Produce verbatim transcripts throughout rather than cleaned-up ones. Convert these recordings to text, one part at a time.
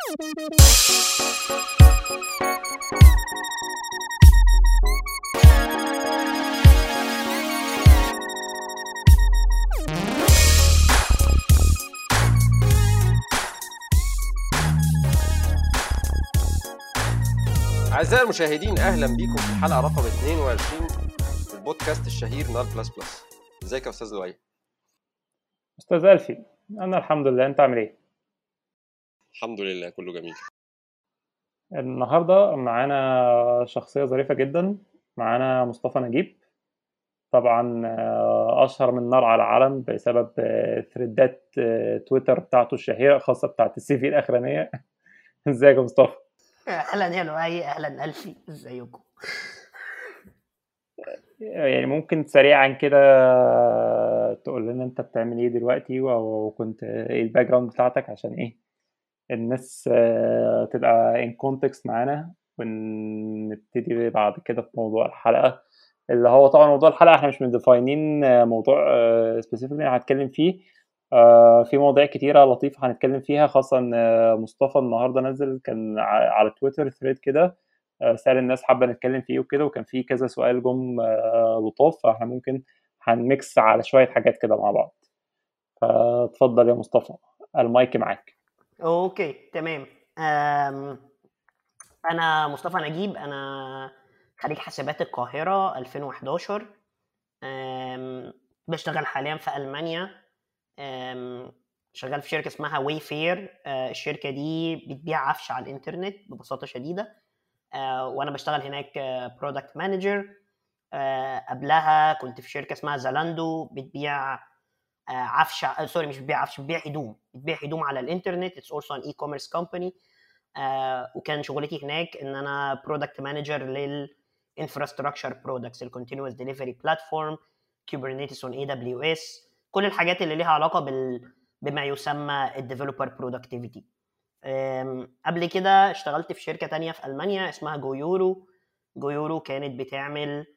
أعزائي المشاهدين، أهلا بكم في الحلقة رقم اثنين وعشرين في البودكاست الشهير نال بلس بلس. ازيك يا أستاذ لؤي؟ أستاذ ألفي، أنا الحمد لله. أنت عامل إيه؟ الحمد لله كله جميل. النهاردة معانا شخصية ظريفة جدا، معانا مصطفى نجيب. طبعا أشهر من نار على العالم بسبب ثريدات تويتر بتاعته الشهيرة خاصة بتاعت السي في الأخرانية. ازيك يا مصطفى؟ اهلا يا لؤي. اهلا ألفي، ازيكم؟ يعني ممكن سريعا كده تقول لنا انت بتعمل ايه دلوقتي وكنت ايه الباك جراوند بتاعتك، عشان ايه الناس تبقى ان كونتكست معانا، ونبتدي بعد كده في موضوع الحلقة، اللي هو طبعا موضوع الحلقة احنا مش مديفاينين موضوع سبيسيفيكلي هنتكلم فيه. في مواضيع كتيرة لطيفة هنتكلم فيها، خاصة مصطفى النهاردة نزل كان على تويتر ثريد كده سأل الناس حابة نتكلم فيه وكده، وكان فيه كذا سؤال جم لطاف، فاحنا ممكن هنميكس على شوية حاجات كده مع بعض. فتفضل يا مصطفى، المايك معاك. اوكي تمام. أم... انا مصطفى نجيب، انا خريج حاسبات القاهرة ألفين وحداشر. أم... بشتغل حاليا في ألمانيا. أم... شغال في شركة اسمها واي فير. الشركة دي بتبيع عفش على الانترنت ببساطة شديدة. أه... وانا بشتغل هناك برودكت مانجر. أه... قبلها كنت في شركة اسمها زالاندو بتبيع عفش آه سوري مش بتبيع عفش، بتبيع هدوم بتبيع هدوم على الانترنت. اتس اولسو ان اي كوميرس كومباني. وكان شغلتي هناك ان انا برودكت مانجر للانفراستراكشر برودكتس، الكونتينوس ديليفري بلاتفورم، كوبرنيتس اون اي دبليو اس، كل الحاجات اللي ليها علاقه بال بما يسمى الديفلوبر برودكتيفيتي. قبل كده اشتغلت في شركه تانية في المانيا اسمها جويورو. جويورو كانت بتعمل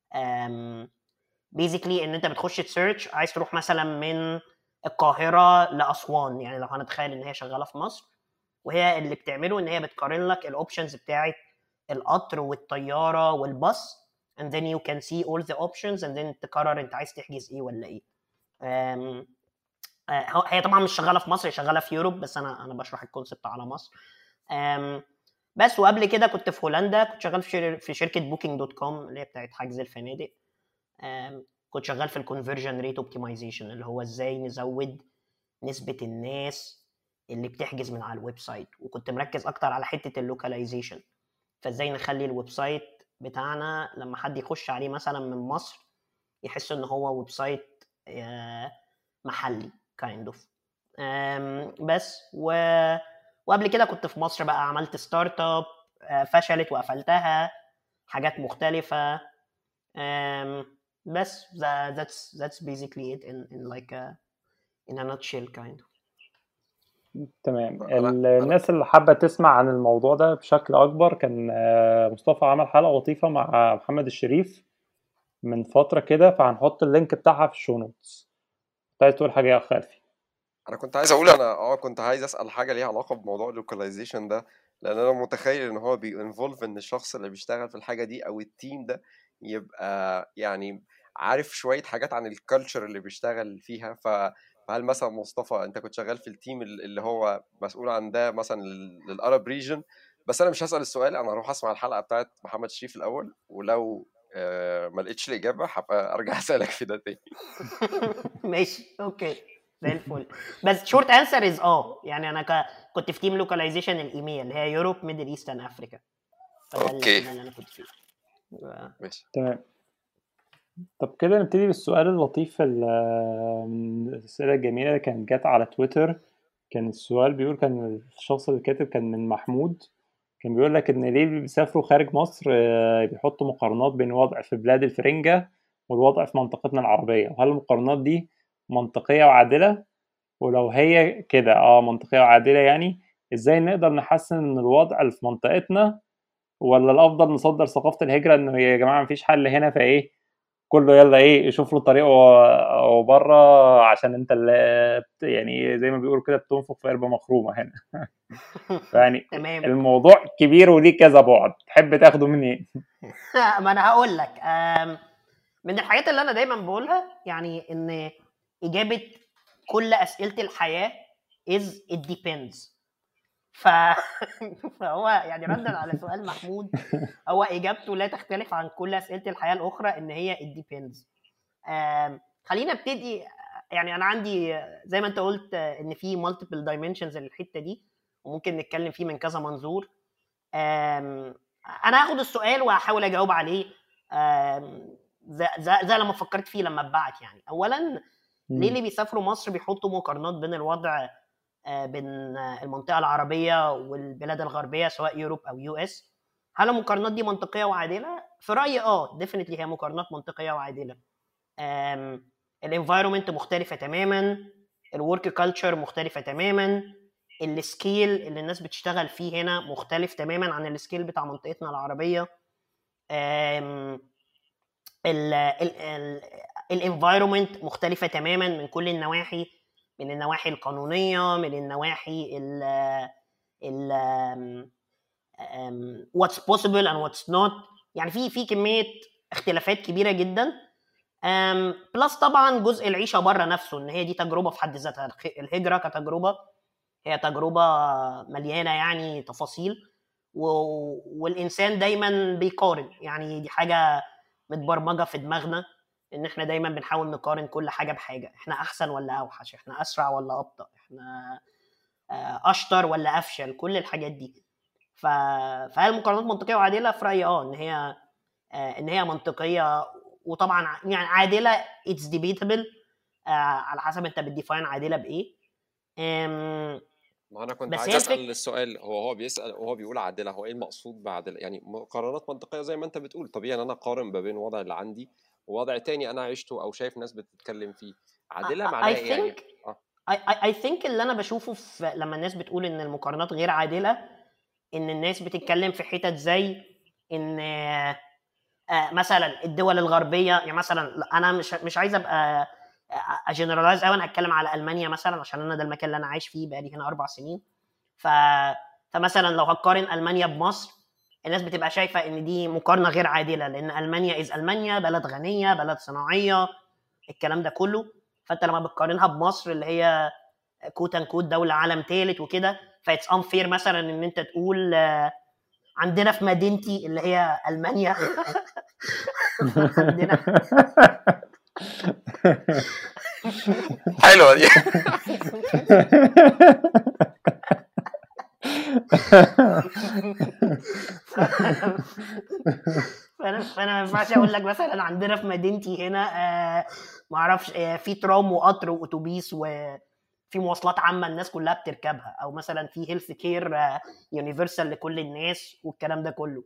بيزيكلي ان انت بتخش تسيرش، عايز تروح مثلا من القاهره لاسوان، يعني لو هنتخيل ان هي شغاله في مصر، وهي اللي بتعمله ان هي بتقارن لك الاوبشنز بتاعه القطر والطياره والباص and then you can see all the options and then تقرر انت عايز تحجز ايه ولا ايه. أم... هي طبعا مش شغاله في مصر، هي شغاله في يوروب، بس انا انا بشرح الكونسبت على مصر. أم... بس وقبل كده كنت في هولندا، كنت شغال في, شر... في شركه بوكينج دوت كوم اللي هي بتاعت حجز الفنادق. أم... كنت شغال في الكونفرجن ريت اوبتمايزيشن، اللي هو ازاي نزود نسبة الناس اللي بتحجز من على الويب سايت، وكنت مركز اكتر على حتة اللوكاليزيشن، فازاي نخلي الويب سايت بتاعنا لما حد يخش عليه مثلا من مصر يحس ان هو ويب سايت محلي kind of. بس و... وقبل كده كنت في مصر بقى عملت ستارت اب فشلت وقفلتها، حاجات مختلفة. بس that, that's that's basically it in in like a in a nutshell kind of. تمام. الناس اللي حابة تسمع عن الموضوع ده بشكل أكبر، كان مصطفى عمل حلقة لطيفة مع محمد الشريف من فترة كده، فهنحط اللينك بتاعها في الشو نوتس. كنت عايز تقول حاجة يا أخ ألفي؟ أنا كنت عايز أقول أنا أه كنت عايز أسأل حاجة ليها علاقة بموضوع اللوكاليزيشن ده، لأن أنا متخيل إن هو بينفولف إن الشخص اللي بيشتغل في الحاجة دي أو التيم ده يبقى يعني عارف شوية حاجات عن الكالتشر اللي بيشتغل فيها. ف فهل مثلا مصطفى انت كنت شغال في التيم اللي هو مسؤول عن ده مثلا للارب ريجن؟ بس انا مش هسأل السؤال، انا هروح اسمع الحلقة بتاعت محمد شريف الاول، ولو آه ما لقيتش الاجابة هبقى ارجع اسالك في ده تاني. ماشي اوكي زي الفل. بس شورت انسر از اه يعني انا ك... كنت في تيم لوكاليزيشن الايميا اللي هي يوروب ميدل ايست اند افريكا، فده اوكي اللي انا كنت فيه. ماشي تمام. طب كده نبتدي بالسؤال اللطيف، الأسئلة الجميلة اللي كانت جات على تويتر. كان السؤال بيقول، كان الشخص اللي كاتب كان من محمود، كان بيقول لك إن ليه بيسافروا خارج مصر بيحطوا مقارنات بين الوضع في بلاد الفرنجة والوضع في منطقتنا العربية، وهل المقارنات دي منطقية وعادلة؟ ولو هي كده اه منطقية وعادلة، يعني ازاي نقدر نحسن من الوضع اللي في منطقتنا، ولا الأفضل نصدر ثقافة الهجرة إنه يا جماعة مفيش حل هنا، فإيه كله يلا ايه يشوف له طريقه وبره، عشان انت اللي يعني زي ما بيقولوا كده بتنفخ في قلبه مخرومه هنا. يعني الموضوع كبير وليه كذا بعد، تحب تاخده منين؟ ما انا هقول لك، من الحاجات اللي انا دايما بقولها يعني ان اجابه كل اسئله الحياه is it depends. ف... فهو يعني ردا على سؤال محمود، هو اجابته لا تختلف عن كل اسئله الحياه الاخرى ان هي it depends. خلينا ابتدي. يعني انا عندي زي ما انت قلت ان في multiple dimensions للحته دي وممكن نتكلم فيه من كذا منظور. انا هاخد السؤال وهحاول اجاوب عليه زي, زي لما فكرت فيه لما اتبعت. يعني اولا ليه اللي بيسافروا مصر بيحطوا مقارنات بين الوضع بين المنطقه العربيه والبلاد الغربيه سواء يوروب او يو اس؟ هل المقارنات دي منطقيه وعادله؟ في رايي اه ديفينتلي هي مقارنات منطقيه وعادله. الانفايرمنت مختلفه تماما، الورك كلتشر مختلفه تماما، السكيل اللي الناس بتشتغل فيه هنا مختلف تماما عن السكيل بتاع منطقتنا العربيه. الانفايرمنت مختلفه تماما من كل النواحي، من النواحي القانونيه، من النواحي ال ال what's possible and what's not. يعني في في كميه اختلافات كبيره جدا. بلس طبعا جزء العيشه بره نفسه، ان هي دي تجربه في حد ذاتها. الهجره كتجربه هي تجربه مليانه يعني تفاصيل، والانسان دايما بيقارن. يعني دي حاجه متبرمجه في دماغنا ان احنا دايما بنحاول نقارن كل حاجه بحاجه. احنا احسن ولا اوحش؟ احنا اسرع ولا ابطا؟ احنا اشطر ولا افشل؟ كل الحاجات دي. ف... فهل المقارنات منطقيه وعادله؟ في رايي اه ان هي ان هي منطقيه، وطبعا يعني عادله اتس ديبيتبل على حسب انت بتديفاين عادله بايه. ما انا كنت عايز اسال الفك... السؤال، هو هو بيسال وهو بيقول عادله، هو ايه المقصود بعادله؟ يعني مقارنات منطقيه زي ما انت بتقول، طبيعي ان انا اقارن ما بين الوضع اللي عندي ووضع تاني انا عشته او شايف ناس بتتكلم فيه. عادله معناها ايه يعني؟ اه اي ثينك اللي انا بشوفه في لما الناس بتقول ان المقارنات غير عادله، ان الناس بتتكلم في حتت زي ان آه مثلا الدول الغربيه. يعني مثلا انا مش مش عايز ابقى اجنرالايز قوي، انا هتكلم على المانيا مثلا عشان انا ده المكان اللي انا عايش فيه بقالي هنا اربع سنين. ف فمثلا لو هتقارن المانيا بمصر، الناس بتبقى شايفه ان دي مقارنه غير عادله، لان المانيا از المانيا بلد غنيه، بلد صناعيه، الكلام ده كله. فانت لما بتقارنها بمصر اللي هي كوت ان كوت دوله عالم ثالث وكده، فايتس انفير مثلا ان انت تقول عندنا في مدينتي اللي هي المانيا عندنا حلوه دي. فانا فانا ما ينفعش اقول لك مثلا عندنا في مدينتي هنا آه ما اعرفش آه في ترام وقطر واتوبيس وفي مواصلات عامه الناس كلها بتركبها، او مثلا في هيلث كير يونيفرسال لكل الناس والكلام ده كله.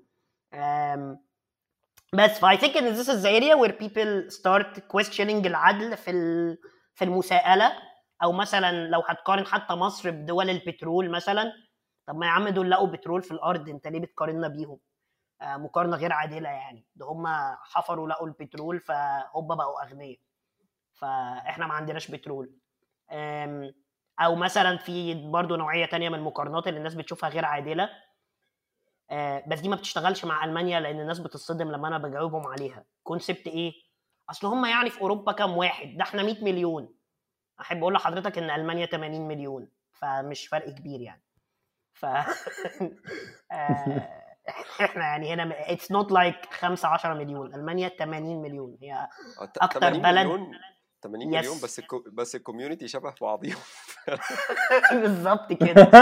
بس فاي ثينك ان this is the area where people start questioning العدل في في المساءله. او مثلا لو هتقارن حتى مصر بدول البترول مثلا، طب ما يا عم دول لقوا بترول في الارض، انت ليه بتقارننا بيهم؟ آه مقارنه غير عادله. يعني ده هم حفروا لقوا البترول فهم بقوا اغنياء، فاحنا ما عندناش بترول. او مثلا في برضو نوعيه تانية من المقارنات اللي الناس بتشوفها غير عادله، آه بس دي ما بتشتغلش مع المانيا لان الناس بتصدم لما انا بجاوبهم عليها. كونسبت ايه؟ اصل هم يعني في اوروبا كام واحد؟ ده احنا مية مليون. احب اقول لحضرتك ان المانيا ثمانين مليون، فمش فرق كبير يعني. ف احنا يعني هنا اتس نوت لايك خمسة عشر مليون، المانيا ثمانين مليون، هي اكتر بلد. مليون ثمانين مليون بس الكو... بس الكوميونتي شبه بعضيهم. بالظبط كده.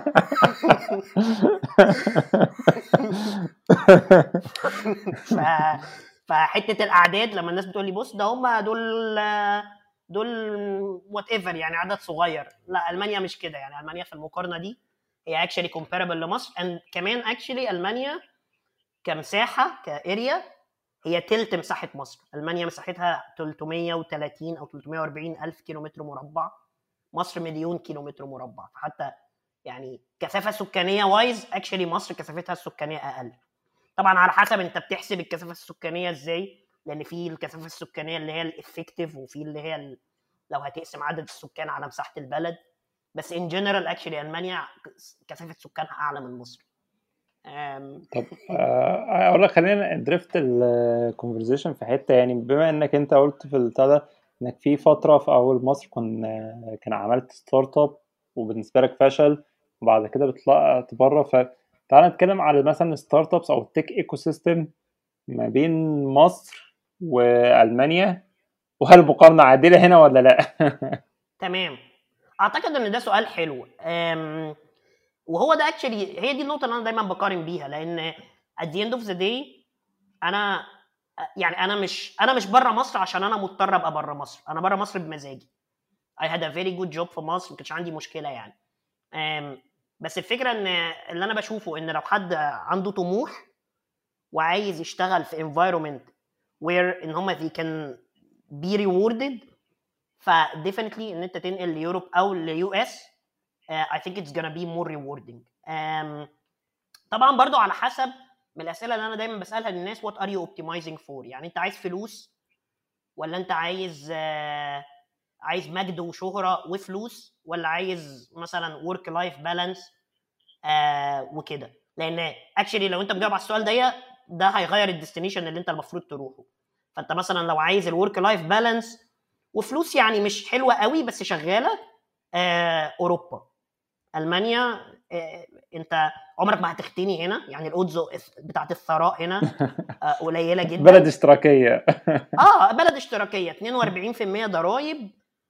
ف... فحته الاعداد لما الناس بتقول لي بص ده هم دول دول وات ايفر يعني عدد صغير، لا المانيا مش كده. يعني المانيا في المقارنه دي هي اكشلي كومباربل لمصر. and كمان اكشلي المانيا كمساحه كاريا هي تلت مساحه مصر. المانيا مساحتها ثلاثمية وثلاثين او ثلاثمية واربعين الف كيلومتر مربع، مصر مليون كيلومتر مربع. فحتى يعني كثافه سكانيه وايز اكشلي مصر كثافتها السكانيه اقل. طبعا على حسب انت بتحسب الكثافه السكانيه ازاي، لان في الكثافه السكانيه اللي هي الافكتيف وفي اللي هي ال... لو هتقسم عدد السكان على مساحه البلد. بس ان جنرال اكشلي المانيا كثافه سكانها اعلى من مصر. أم... طب آه، اقول لك خلينا ندرفت الكونفرزيشن في حته، يعني بما انك انت قلت في البتاع ده انك في فتره في اول مصر كن كان عملت ستارت اب وبالنسبه لك فشل وبعد كده بتطلع بره، فتعال نتكلم على مثلا ستارت ابس او التك ايكو سيستم ما بين مصر والمانيا، وهل مقارنه عادله هنا ولا لا؟ تمام. اعتقد ان ده سؤال حلو. أم... وهو ده اكشلي هي دي النقطه اللي انا دايما بقارن بيها، لان at the end of the day انا يعني انا مش انا مش بره مصر عشان انا مضطر ابقى بره مصر، انا بره مصر بمزاجي. I had a very good job في مصر، ما كانش عندي مشكله يعني. أم... بس الفكره ان اللي انا بشوفه ان لو حد عنده طموح وعايز يشتغل في environment where ان هم they can be rewarded، ف definitely ان انت تنقل ليوروب او ليو اس uh, I think it's gonna be more rewarding. um, طبعا برضو على حسب من الاسئله اللي انا دايما بسالها للناس what are you optimizing for، يعني انت عايز فلوس ولا انت عايز uh, عايز مجد وشهره وفلوس، ولا عايز مثلا work life balance uh, وكده. لان actually لو انت مجاوب على السؤال ده ده هيغير الديستنيشن اللي انت المفروض تروحه. فانت مثلا لو عايز الورك لايف بالانس وفلوس يعني مش حلوه قوي بس شغاله، آه، اوروبا، المانيا، آه، انت عمرك ما هتختني هنا، يعني الاودز بتاعت الثراء هنا آه، قليله جدا. بلد اشتراكيه. اه بلد اشتراكيه اتنين واربعين في المية ضرايب،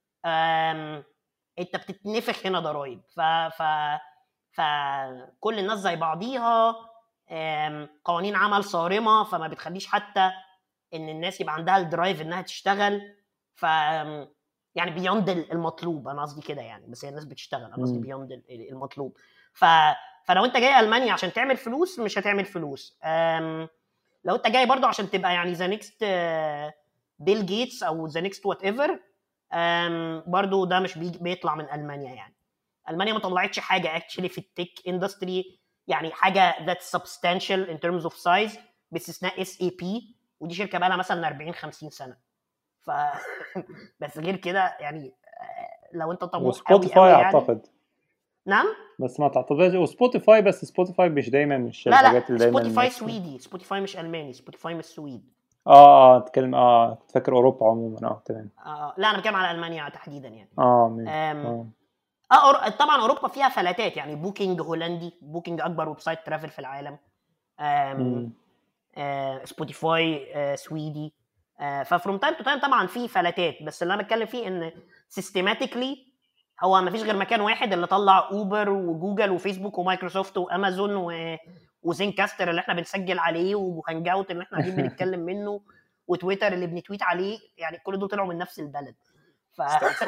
انت بتتنفخ هنا ضرايب. ف ف فكل الناس زي بعضيها، قوانين عمل صارمه، فما بتخليش حتى ان الناس يبقى عندها الدرايف انها تشتغل. ف يعني بيوند المطلوب، انا قصدي كده يعني، بس هي الناس بتشتغل، انا قصدي بيوند المطلوب. ف فلو انت جاي المانيا عشان تعمل فلوس مش هتعمل فلوس. أم... لو انت جاي برضو عشان تبقى يعني ذا نيكست بيل جيتس او ذا نيكست وات ايفر، برضو ده مش بيجي بيطلع من المانيا. يعني المانيا ما طلعتش حاجه اكشلي في التك اندستري، يعني حاجه ذات سبستانشال ان ترمز اوف سايز، باستثناء اس اي بي، ودي شركه بقى لها مثلا اربعين خمسين سنه. ف بس غير كده يعني لو انت طموح قوي قوي يعني. اعتقد نعم بس ما تعتقدش وسبوتيفاي، بس سبوتيفاي مش دايما مش لا الحاجات لا اللي دايما سبوتيفاي الناس- سويدي، سبوتيفاي مش الماني، سبوتيفاي من السويد. اه اه تكلم اه كنت فاكر اوروبا عموما. اه تمام. آه لا انا بتكلم على المانيا تحديدا يعني. اه ماشي. أم... اه اه أور... طبعا اوروبا فيها فلاتات، يعني بوكينج هولندي، بوكينج اكبر ويب سايت ترافل في العالم. أم... آه... سبوتيفاي آه... سويدي. آه... ففروم تايم تو تايم طبعا في فلاتات، بس اللي انا بتكلم فيه ان سيستماتيكلي هو ما فيش غير مكان واحد اللي طلع اوبر وجوجل وفيسبوك ومايكروسوفت وامازون و... وزينكاستر اللي احنا بنسجل عليه، وهانج اوت اللي احنا قاعدين بنتكلم منه، وتويتر اللي بنتويت عليه، يعني كل دول طلعوا من نفس البلد. ف...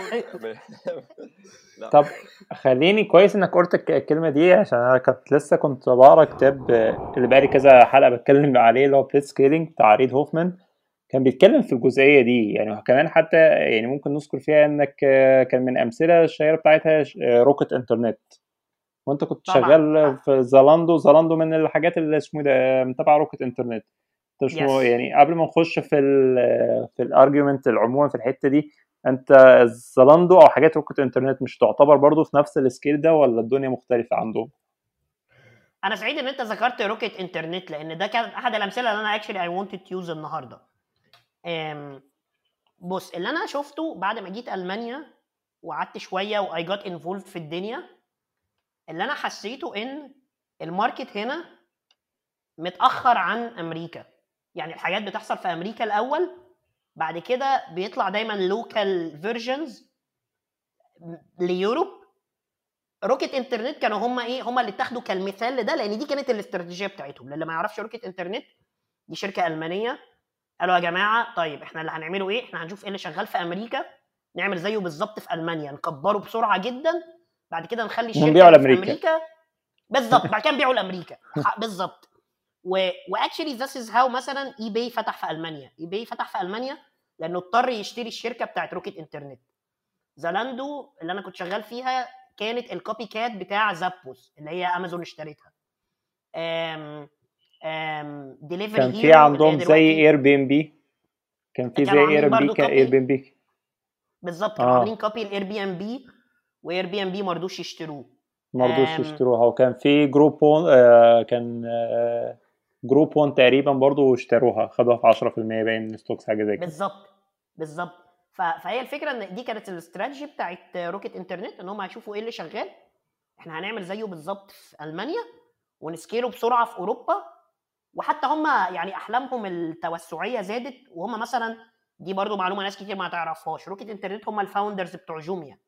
طب خليني كويس انك قلت الكلمه دي، عشان انا كنت لسه كنت بقرا كتاب اللي بقالي كذا حلقه بتكلم عليه اللي هو بليت سكيلينج بتاع ريد هوفمان، كان بيتكلم في الجزئيه دي يعني. وكمان حتى يعني ممكن نذكر فيها انك كان من امثله الشهيره بتاعتها روكت انترنت، وانت كنت طبعا شغال في زالاندو. زالاندو من الحاجات اللي اسمه ده متابعه روكت انترنت. مش Yes. يعني قبل ما نخش في ال في الارجيومنت العموما في الحته دي، انت زالاندو او حاجات روكت انترنت مش تعتبر برضو في نفس السكيل ده ولا الدنيا مختلفه عندهم؟ انا سعيد ان انت ذكرت روكيت انترنت، لان ده كان احد الامثله اللي انا اكشلي اي wanted to use النهارده. أم بص، اللي انا شفته بعد ما جيت المانيا وقعدت شويه واي جات انفولد في الدنيا، اللي انا حسيته ان الماركت هنا متاخر عن امريكا. يعني الحاجات بتحصل في امريكا الاول، بعد كده بيطلع دايما لوكال فيرجنز ليوروب. روكيت انترنت كانوا هم ايه، هم اللي اتاخدوا كالمثال لده، لان دي كانت الاستراتيجيه بتاعتهم. للي ما يعرفش روكيت انترنت دي شركه المانيه، قالوا يا جماعه طيب احنا اللي هنعمله ايه، احنا هنشوف ايه اللي شغال في امريكا نعمل زيه بالظبط في المانيا، نكبره بسرعه جدا، بعد كده نخلي الشركه اللي في امريكا بالظبط بعد كده نبيعه لامريكا بالظبط. واكشلي ذس از هاو مثلا اي باي فتح في المانيا. اي باي فتح في المانيا لانه اضطر يشتري الشركه بتاعت روكيت انترنت. زالاندو اللي انا كنت شغال فيها كانت الكوبي كات بتاع زابوس اللي هي امازون اشتريتها. ام ام ديليفري كان في عندهم زي اير بي ام بي. كان في زي كانوا عاملين اير بي برضو كان اير بي كوبي ام بي بالظبط، كانوا عاملين اه كوبي الاير بي ام بي، واير بي ام بي ما رضوش يشتروه. ما رضوش آم، يشتروها، وكان في جروب وان آه كان آه جروب وان تقريبا برضو اشتروها، خدوها في عشرة في المية باين ستوكس حاجه زي كده. بالظبط بالظبط ف- فهي الفكره ان دي كانت الاستراتيجي بتاعت روكيت انترنت، ان هم هيشوفوا ايه اللي شغال، احنا هنعمل زيه بالظبط في المانيا ونسكيله بسرعه في اوروبا. وحتى هم يعني احلامهم التوسعيه زادت، وهم مثلا دي برضو معلومه ناس كتير ما تعرفهاش، روكيت انترنت هم الفاوندرز بتوع جوميا.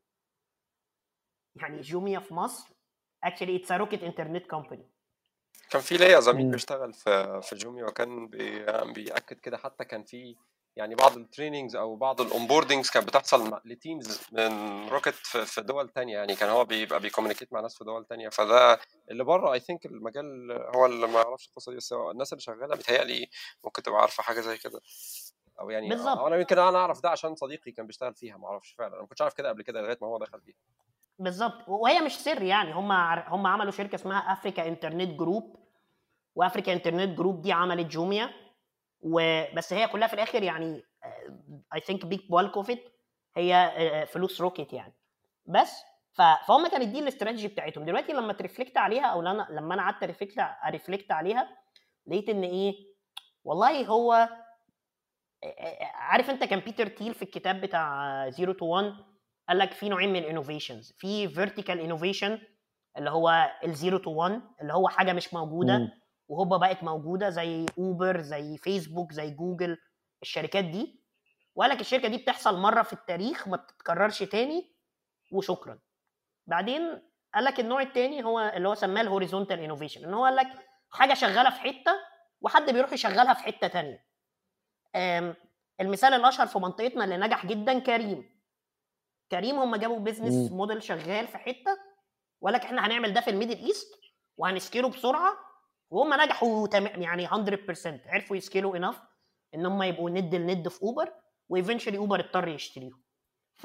يعني جوميا في مصر actually it's a rocket internet company. كان في ليا زميل مم. بيشتغل في في جوميا، وكان بي بيأكد كده. حتى كان في يعني بعض التريننجز او بعض الاونبوردنجز كانت بتحصل مع- لتيمز من روكيت في في دول تانية. يعني كان هو بيبقى بيكومينيكيت مع ناس في دول تانية. فده اللي بره اي ثينك المجال هو اللي ما يعرفش القصه دي، بس هو الناس اللي شغاله بيتهيألي ممكن تبقى عارفه حاجه زي كده. او يعني بالظبط أو انا يمكن انا اعرف ده عشان صديقي كان بيشتغل فيها، ما اعرفش فعلا، انا ما كنتش عارف كده قبل كده لغايه ما هو دخل فيها. بالظبط وهي مش سر يعني، هم عر- هم عملوا شركه اسمها افريكا انترنت جروب، وافريكا انترنت جروب دي عملت جوميا. وبس هي كلها في الاخر يعني اي ثينك بيج بالك اوف ات هي آه، فلوس روكيت يعني. بس ف- فهم كانت دي الاستراتيجي بتاعتهم. دلوقتي لما ترفلكت عليها، او لما لما انا قعدت ريفلكت ارفلكت عليها، لقيت ان ايه، والله هو آه، آه، عارف انت كان بيتر تيل في الكتاب بتاع زيرو تو واحد قال لك في نوعين من الانوفيشنز، في فيرتيكال انوفيشن اللي هو الزيرو تو واحد اللي هو حاجه مش موجوده مم. وهوبا بقت موجوده، زي اوبر زي فيسبوك زي جوجل الشركات دي. وقال لك الشركه دي بتحصل مره في التاريخ ما بتتكررش تاني وشكرا. بعدين قال لك النوع التاني هو اللي هو سماه الهوريزونتال انوفيشن، ان هو قال لك حاجه شغاله في حته وحد بيروح يشغلها في حته تانية. آم، المثال الاشهر في منطقتنا اللي نجح جدا كريم. كريم هم جابوا بيزنس مم. موديل شغال في حته وقال لك احنا هنعمل ده في الميدل ايست وهنسكيله بسرعه، وهم نجحوا تم- يعني مية بالمية عرفوا يسكيلوا انف ان هم يبقوا ند لند في اوبر، وايفنشولي اوبر اضطر يشتريهم. ف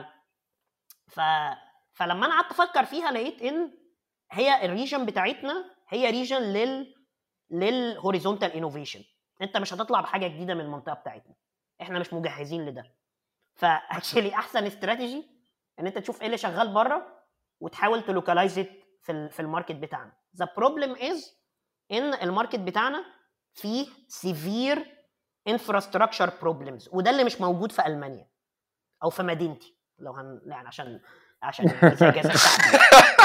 ف فلما انا قعدت افكر فيها لقيت ان هي الريجن بتاعتنا هي ريجن لل للهوريزونتال انوفيشن. انت مش هتطلع بحاجه جديده من المنطقه بتاعتنا، احنا مش مجهزين لده. فاكشلي احسن استراتيجي ان انت تشوف ايه اللي شغال بره وتحاول تلوكالايز في ال- في الماركت بتاعنا. the problem is ان الماركت بتاعنا فيه severe infrastructure problems، وده اللي مش موجود في المانيا او في مدينتي لو هن يعني عشان عشان يعني زي جاز الشعب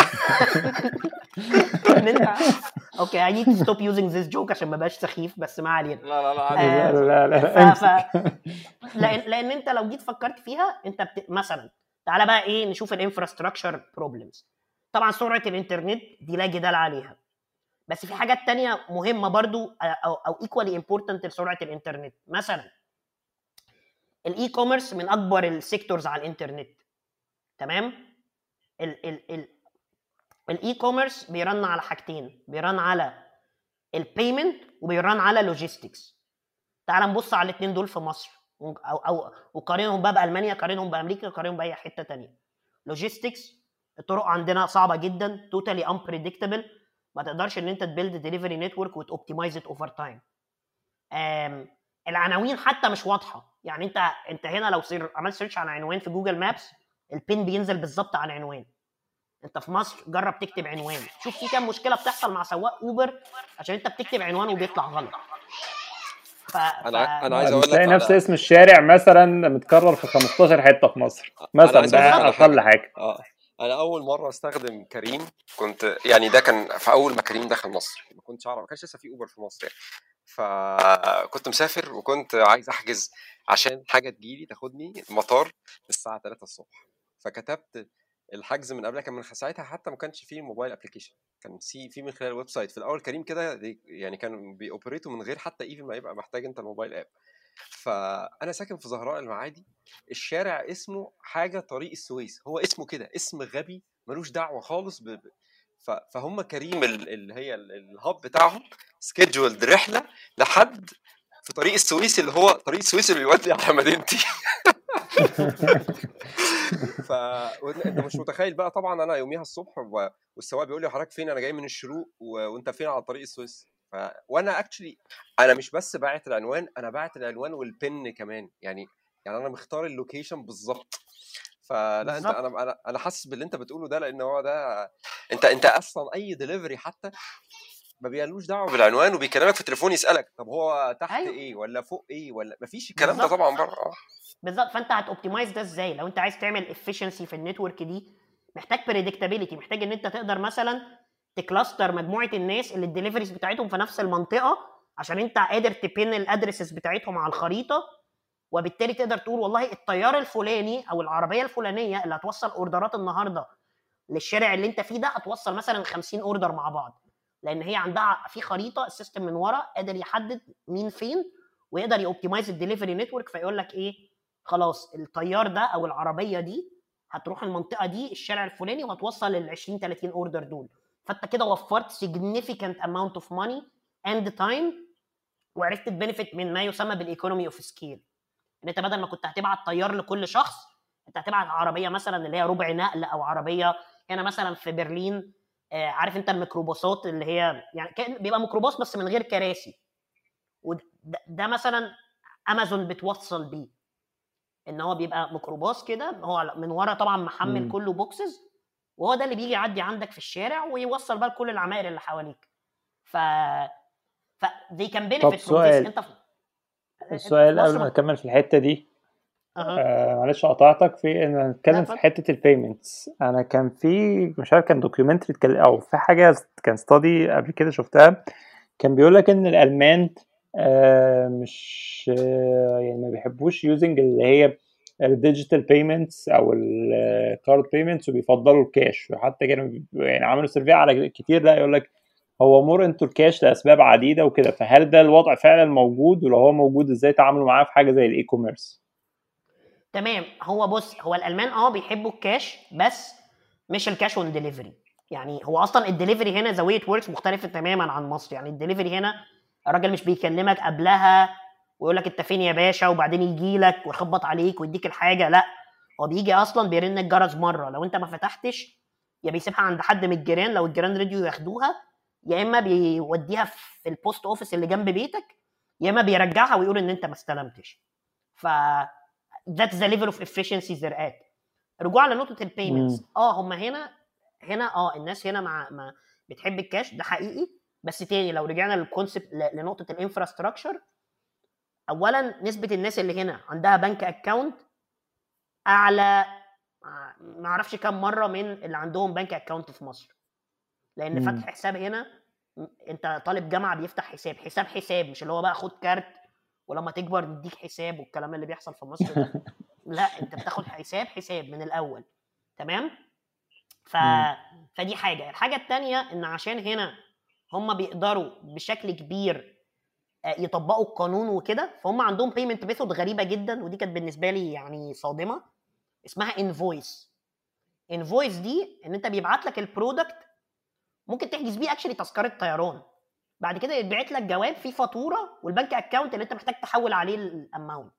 ان انت اوكي I need to stop using this joke عشان ما بقاش سخيف، بس ما علينا. لا لا لا عادي. لا آه، لا لا ف... لا ف... امسك. لان لان انت لو جيت فكرت فيها انت بت... مثلا تعالى بقى ايه نشوف الانفراستراكشر بروبلمز. طبعا سرعه الانترنت دي لا جدال عليها، بس في حاجات تانية مهمه برضو او او ايكوالي امبورتنت لسرعه الانترنت. مثلا الاي كوميرس من اكبر السيكتورز على الانترنت، تمام. ال ال ال الاي كوميرس بيرن على حاجتين، بيرن على البيمنت وبيرن على لوجيستكس. تعال نبص على الاثنين دول في مصر او او وقارنهم بقى بالمانيا، قارنهم بامريكا، قارنهم باي حته تانية. لوجيستكس الطرق عندنا صعبه جدا، توتالي unpredictable، ما تقدرش ان انت تبيلد ديليفري نتورك وتوبتمايز ات اوفر تايم. العناوين حتى مش واضحه، يعني انت انت هنا لو سير عملت سيرش على عنوان في جوجل مابس البين بينزل بالظبط على العنوان. انت في مصر جرب تكتب عنوان، شوف في كام مشكله بتحصل مع سواق اوبر عشان انت بتكتب عنوان وبيطلع غلط. ف... ف... انا انا عايز اقول بتلاقي لك نفس على اسم الشارع مثلا متكرر في خمستاشر حته في مصر انا مثلا، عايز ده اقول لك على اقل حاجه. حاجه. اه انا اول مره استخدم كريم كنت يعني ده كان في اول ما كريم دخل مصر، ما كنتش اعرف، ما كانش لسه في اوبر في مصر يعني. فكنت مسافر وكنت عايز احجز عشان حاجه تجيلي تاخدني المطار الساعه ثلاثة الصبح. فكتبت الحجز من قبلها، كان من ساعتها حتى ما كانش فيه موبايل ابلكيشن، كان في في من خلال الويب سايت في الاول كريم كده يعني، كانوا بيوبريتوا من غير حتى ايفن ما يبقى محتاج انت الموبايل اب. فانا ساكن في زهراء المعادي، الشارع اسمه حاجه طريق السويس، هو اسمه كده اسم غبي ملوش دعوه خالص ب... ف- فهم كريم ال- اللي هي ال- الهاب بتاعهم سكيدجولد رحله لحد في طريق السويس اللي هو طريق السويس اللي بيودي على مدينتي. فانت مش متخيل بقى طبعا. انا يوميها الصبح و- والسواق بيقول لي حضرتك فين؟ انا جاي من الشروق و... وانت فين على طريق السويس؟ ف... وانا اكشلي انا مش بس باعت العنوان، انا باعت العنوان والبن كمان، يعني يعني انا مختار اللوكيشن بالظبط. فلا انت بالظبط انا انا انا حاسس باللي انت بتقوله ده، لان هو ده انت انت اصلا اي ديليفري حتى ما بيقالوش دعوه بالعنوان، وبيكلمك في التليفون يسالك طب هو تحت ايوه ايه ولا فوق ايه، ولا مفيش الكلام ده بالظبط طبعا بره. اه بالظبط فانت هتوبتمايز ده ازاي؟ لو انت عايز تعمل efficiency في النتورك دي، محتاج predictability، محتاج ان انت تقدر مثلا تكلاستر مجموعه الناس اللي الدليفريز بتاعتهم في نفس المنطقه، عشان انت قادر تبين الادرسز بتاعتهم على الخريطه، وبالتالي تقدر تقول والله الطيار الفلاني او العربيه الفلانيه اللي هتوصل اوردرات النهارده للشارع اللي انت فيه ده هتوصل مثلا خمسين اوردر مع بعض، لان هي عندها في خريطه السيستم من ورا قادر يحدد مين فين، ويقدر يوبتمايز الدليفري نتورك، فيقول لك ايه، خلاص الطيار ده او العربيه دي هتروح المنطقه دي الشارع الفلاني وهتوصل ال عشرين تلاتين اوردر دول. فانت كده وفرت significant amount of money and time، وعرفت تبنفيت من ما يسمى بالايكونومي اوف سكيل، ان انت بدل ما كنت هتبعت طيار لكل شخص، انت هتبعت عربيه مثلا اللي هي ربع نقل، او عربيه هنا مثلا في برلين، آه عارف انت الميكروباصات اللي هي يعني كان بيبقى ميكروباص بس من غير كراسي، وده ده مثلا امازون بتوصل بيه، ان هو بيبقى ميكروباص كده، هو من ورا طبعا محمل مم. كله بوكسز، وهو ده اللي بيجي يعدي عندك في الشارع ويوصل بقى لكل العماير اللي حواليك. ف ف they can طب benefit from this. سؤال انت في انت في السؤال قبل مصر ما مت... نكمل في الحتة دي، اها آه معلش قطعتك في ان لا نتكلم في اتفضل. حتة البيمنتس. انا كان في مش عارف كان دوكيومنتري او في حاجة كان ستادي قبل كده شفتها، كان بيقول لك ان الالمان آه مش آه يعني ما بيحبوش يوزنج اللي هي الديجيتال بيمنتس او الكارد بيمنتس، وبيفضلوا الكاش. وحتى كانوا يعني عملوا سيرفي على كتير، لا يقول لك هو مور انتو الكاش لاسباب عديده وكده. فهل ده الوضع فعلا موجود؟ ولو هو موجود ازاي تعاملوا معاه في حاجه زي الاي كوميرس؟ تمام. هو بص، هو الالمان اه بيحبوا الكاش، بس مش الكاش اون ديليفري. يعني هو اصلا الدليفري هنا ذا واي وركس مختلفه تماما عن مصر. يعني الدليفري هنا الراجل مش بيكلمك قبلها ويقول لك انت فين يا باشا، وبعدين يجي لك ويخبط عليك ويديك الحاجه، لا، هو بيجي اصلا بيرن الجرس مره، لو انت ما فتحتش يا بيسيبها عند حد من الجيران لو الجيران راديو ياخدوها، يا اما بيوديها في البوست اوفيس اللي جنب بيتك، يا اما بيرجعها ويقول ان انت ما استلمتش. ف that's the level of efficiency they're at. رجوعا لنقطه البيمنتس، اه هم هنا هنا اه الناس هنا مع ما بتحب الكاش، ده حقيقي. بس تاني لو رجعنا للكونسبت لنقطه الانفراستراكشر، اولا نسبه الناس اللي هنا عندها بنك اكاونت اعلى ما اعرفش كم مره من اللي عندهم بنك اكاونت في مصر، لان فتح حساب هنا انت طالب جامعه بيفتح حساب حساب حساب، مش اللي هو بقى خد كارت ولما تكبر نديك حساب والكلام اللي بيحصل في مصر ده. لا، انت بتاخد حساب حساب من الاول. تمام. ف... فدي حاجه. الحاجه الثانيه ان عشان هنا هم بيقدروا بشكل كبير يطبقوا القانون وكده، فهم عندهم بيمنت ميثود غريبه جدا، ودي كانت بالنسبه لي يعني صادمه، اسمها انفويس. انفويس دي ان انت بيبعت لك البرودكت، ممكن تحجز بيه اكشلي تذكره طيران، بعد كده يتبعت لك جواب فيه فاتوره والبنك اكاونت اللي انت محتاج تحول عليه الاماونت.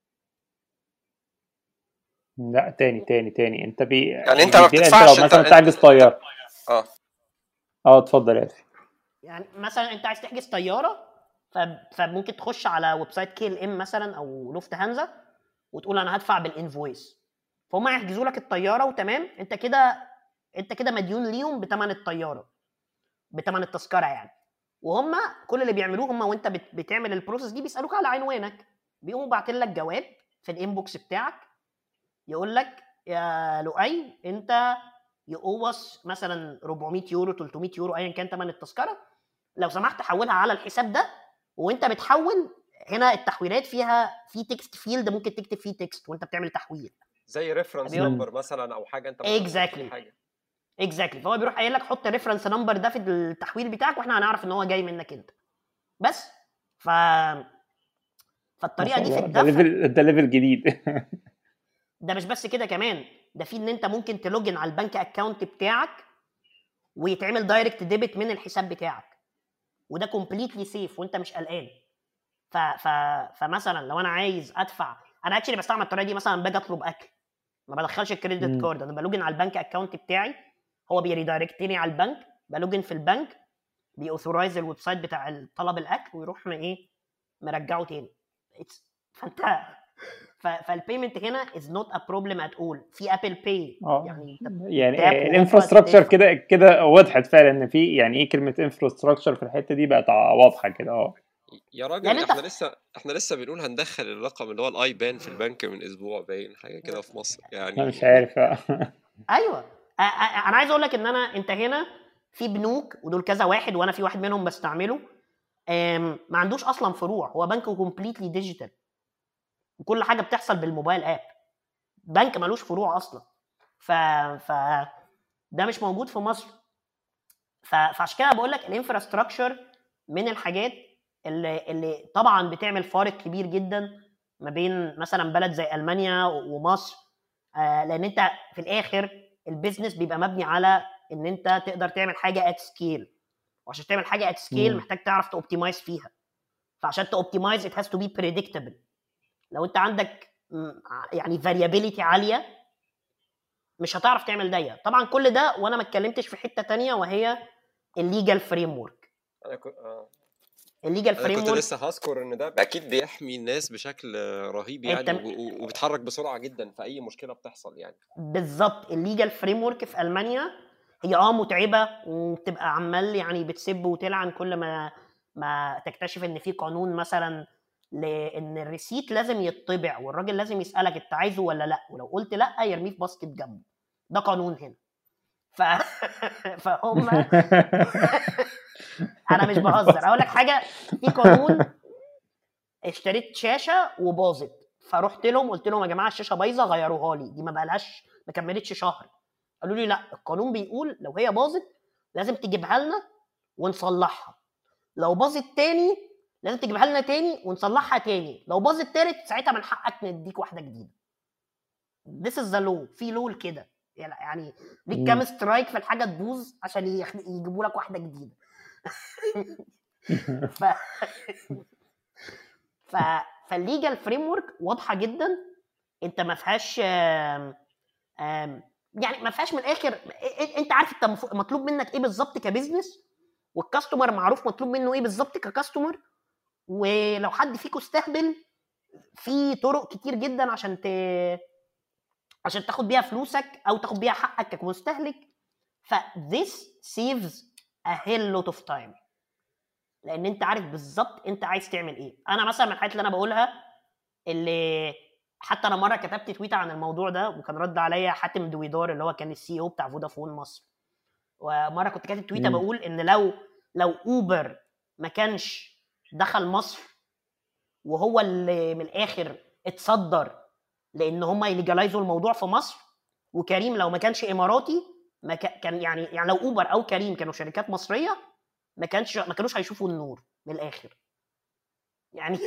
لا تاني تاني تاني انت بي يعني انت ما بيدينا انت بتدفعش لو انت مثلا انت تحجز طياره. اه اه اتفضل يا اخي. يعني مثلا انت عايز تحجز طياره، فممكن تخش على ويب سايت كي ال ام مثلا او لوفت هانزا وتقول انا هدفع بالانفويس، فهم هيحجزوا لك الطياره وتمام. انت كده انت كده مديون ليهم بثمن الطياره، بثمن التذكره يعني. وهم كل اللي بيعملوه هم وانت بتعمل البروسيس دي بيسالوك على عنوانك، بيقوموا باعتين لك جواب في الانبوكس بتاعك يقول لك يا لؤي انت يقوص مثلا أربعمية يورو تلتمية يورو ايا كان ثمن التذكره، لو سمحت حولها على الحساب ده. وانت بتحول هنا التحويلات فيها في تكست فيلد ممكن تكتب فيه تكست وانت بتعمل تحويل، زي ريفرنس نمبر مثلا او حاجه انت ممكن تحط فيه حاجه. اكزاكتلي. فهو بيروح قايل لك حط الريفرنس نمبر ده في التحويل بتاعك واحنا هنعرف ان هو جاي منك انت بس. ف فالطريقه دي في الدفع ده ليفل ده ليفل جديد. ده مش بس كده كمان، ده في ان انت ممكن تلوجن على البنك اكاونت بتاعك ويتعمل دايركت ديبت من الحساب بتاعك، وده كومبليتلي سيف وانت مش قلقان. ف... ف... فمثلا لو انا عايز ادفع، انا اكشلي بستعمل الطريقه دي مثلا باجي اطلب اكل، ما بدخلش الكريدت كارد، انا بلوجن على البنك اكاونت بتاعي، هو بيريدايركتني على البنك، بلوجن في البنك، بيأوثورايز الويب سايت بتاع طلب الاكل ويروح م- ايه مرجعه تاني. It's- فانت ف- فالبيمنت هنا is not a problem at all. في ابل باي اه يعني انت يعني بتتاب وهوبا الانفراستراكشر تدفع. كده كده وضحت فعلا ان في يعني ايه كلمه انفراستراكشر في الحته دي بقت واضحه كده. اه يا لان راجل انت احنا لسه احنا لسه بنقول هندخل الرقم اللي هو الاي بان في البنك من اسبوع باين حاجه كده في مصر انا مش يعني. عارف. آه. ايوه أ- أ- انا عايز اقول لك ان انا انت هنا في بنوك ودول كذا واحد وانا في واحد منهم بستعمله، أم، ما عندوش اصلا فروع، هو بنك كومبليتلي ديجيتال وكل حاجه بتحصل بالموبايل اب، بنك ملوش فروع اصلا. ف ف ده مش موجود في مصر. ف... فعشان كده بقول لك الانفراستراكشر من الحاجات اللي اللي طبعا بتعمل فارق كبير جدا ما بين مثلا بلد زي المانيا ومصر. آه لان انت في الاخر البيزنس بيبقى مبني على ان انت تقدر تعمل حاجه ات سكيل، وعشان تعمل حاجه ات سكيل مم. محتاج تعرف توبتمايز فيها. فعشان توبتمايز it has to be predictable. لو انت عندك م، يعني variability عاليه مش هتعرف تعمل ده. طبعا كل ده وانا ما اتكلمتش في حته تانية وهي الليجال فريم ورك. انا كنت آه. الليجال انا كنت فريم ورك لسه هذكر ان ده اكيد بيحمي الناس بشكل رهيب يعني، انت وب- و- وبيتحرك بسرعه جدا في اي مشكله بتحصل يعني. بالظبط الليجال فريم ورك في المانيا هي اه متعبه وبتبقى عمال يعني بتسب وتلعن كل ما ما تكتشف ان في قانون مثلا لان الريسيت لازم يطبع والراجل لازم يسالك انت عايزه ولا لا، ولو قلت لا يرميه في باسكت جنبه. ده قانون هنا. ف... فهم انا مش بهزر اقول لك حاجه، في قانون اشتريت شاشه وباظت فرحت لهم قلت لهم يا جماعه الشاشه بايظه غيروها لي، دي ما بقالهاش ما كملتش شهر. قالوا لي لا القانون بيقول لو هي باظت لازم تجيبها لنا ونصلحها، لو باظت تاني لازم تجيبها لنا تاني ونصلحها تاني، لو باظت تالت ساعتها من حقك نديك واحده جديده. This is the law. في لول كده يعني ليك كام مم. سترايك في الحاجه تبوظ عشان يخ- يجيبوا لك واحده جديده. ف ف فالليجال فريم ورك واضحه جدا، انت ما فيهاش آم، آم، يعني ما فيهاش من الاخر إ- انت عارف انت مف- مطلوب منك ايه بالظبط كبزنس، والكاستمر معروف مطلوب منه ايه بالظبط ككاستمر. ولو حد فيكم استهبل في طرق كتير جدا عشان ت... عشان تاخد بيها فلوسك او تاخد بيها حقك كمستهلك. ف this saves a hell lot of time لان انت عارف بالظبط انت عايز تعمل ايه. انا مثلا من الحاجات اللي انا بقولها اللي حتى انا مره كتبت تويت عن الموضوع ده وكان رد عليا حاتم دويدار اللي هو كان السي او بتاع فودافون مصر، ومره كنت كاتب تويته مم. بقول ان لو لو اوبر ما كانش دخل مصر وهو اللي من الاخر اتصدر لان هم يليجلايزوا الموضوع في مصر، وكريم لو ما كانش اماراتي ما كا- كان يعني يعني لو اوبر او كريم كانوا شركات مصريه ما كانش ما كانوش هيشوفوا النور من الاخر يعني.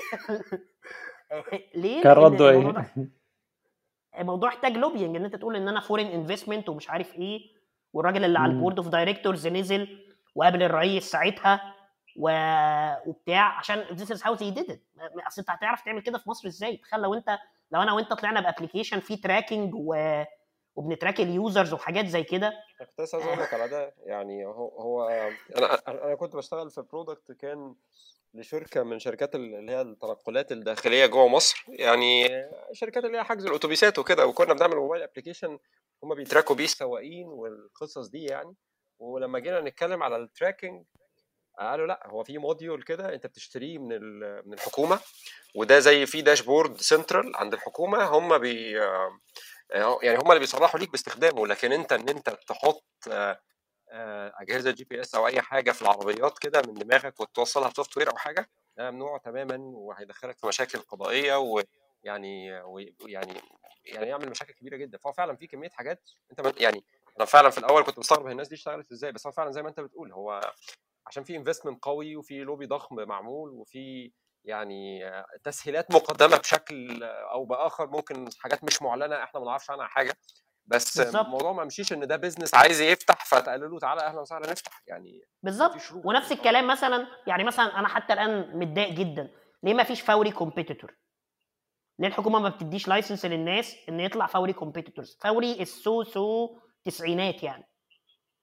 ليه؟ كان لان رده الموضوع ايه؟ ده الموضوع احتاج لوبينج ان انت تقول ان انا فورين انفستمنت ومش عارف ايه، والراجل اللي على مم. البورد اوف دايركتورز نزل وقابل الرئيس ساعتها و... وبتاع عشان this is how they did it. اصل انت هتعرف تعمل كده في مصر ازاي؟ تخيل لو انت لو انا وانت طلعنا بابلكيشن فيه تراكنج و... وبنتراك اليوزرز وحاجات زي كده. انا كنت لسه عايز اقول لك على ده يعني. هو هو انا انا أنا كنت بشتغل في برودكت كان لشركه من شركات ال- اللي هي التنقلات الداخليه جوه مصر يعني، شركات اللي هي حجز الاتوبيسات وكده، وكنا بنعمل موبايل ابلكيشن هم بيتراكوا بيه السواقين والقصص دي يعني. ولما جينا نتكلم على التراكنج قالوا لا هو في موديول كده انت بتشتريه من ال- من الحكومه، وده زي في داشبورد سنترال عند الحكومه هم بي يعني هم اللي بيصرحوا ليك باستخدامه، لكن انت ان انت تحط آه، آه، اجهزه جي بي اس او اي حاجه في العربيات كده من دماغك وتوصلها بسوفت وير او حاجه، ده ممنوع تماما وهيدخلك في مشاكل قضائيه ويعني ويعني يعني يعمل مشاكل كبيره جدا. فهو فعلا في كميه حاجات انت من- يعني انا فعلا في الاول كنت مستغرب الناس دي اشتغلت ازاي، بس هو فعلا زي ما انت بتقول هو عشان في انفستمنت قوي وفي لوبي ضخم معمول وفي يعني آه، تسهيلات مقدمه بشكل او باخر، ممكن حاجات مش معلنه احنا ما نعرفش عنها حاجه، بس بالظبط الموضوع ما مشيش ان ده بيزنس عايز يفتح فتقالوا له تعالى اهلا وسهلا نفتح يعني. بالظبط. في شروط ونفس يعني. الكلام مثلا يعني مثلا انا حتى الان متضايق جدا ليه ما فيش فوري كومبيتيتور؟ ليه الحكومه ما بتديش لايسنس للناس ان يطلع فوري كومبيتيتورز؟ فوري السو سو تسعينات يعني.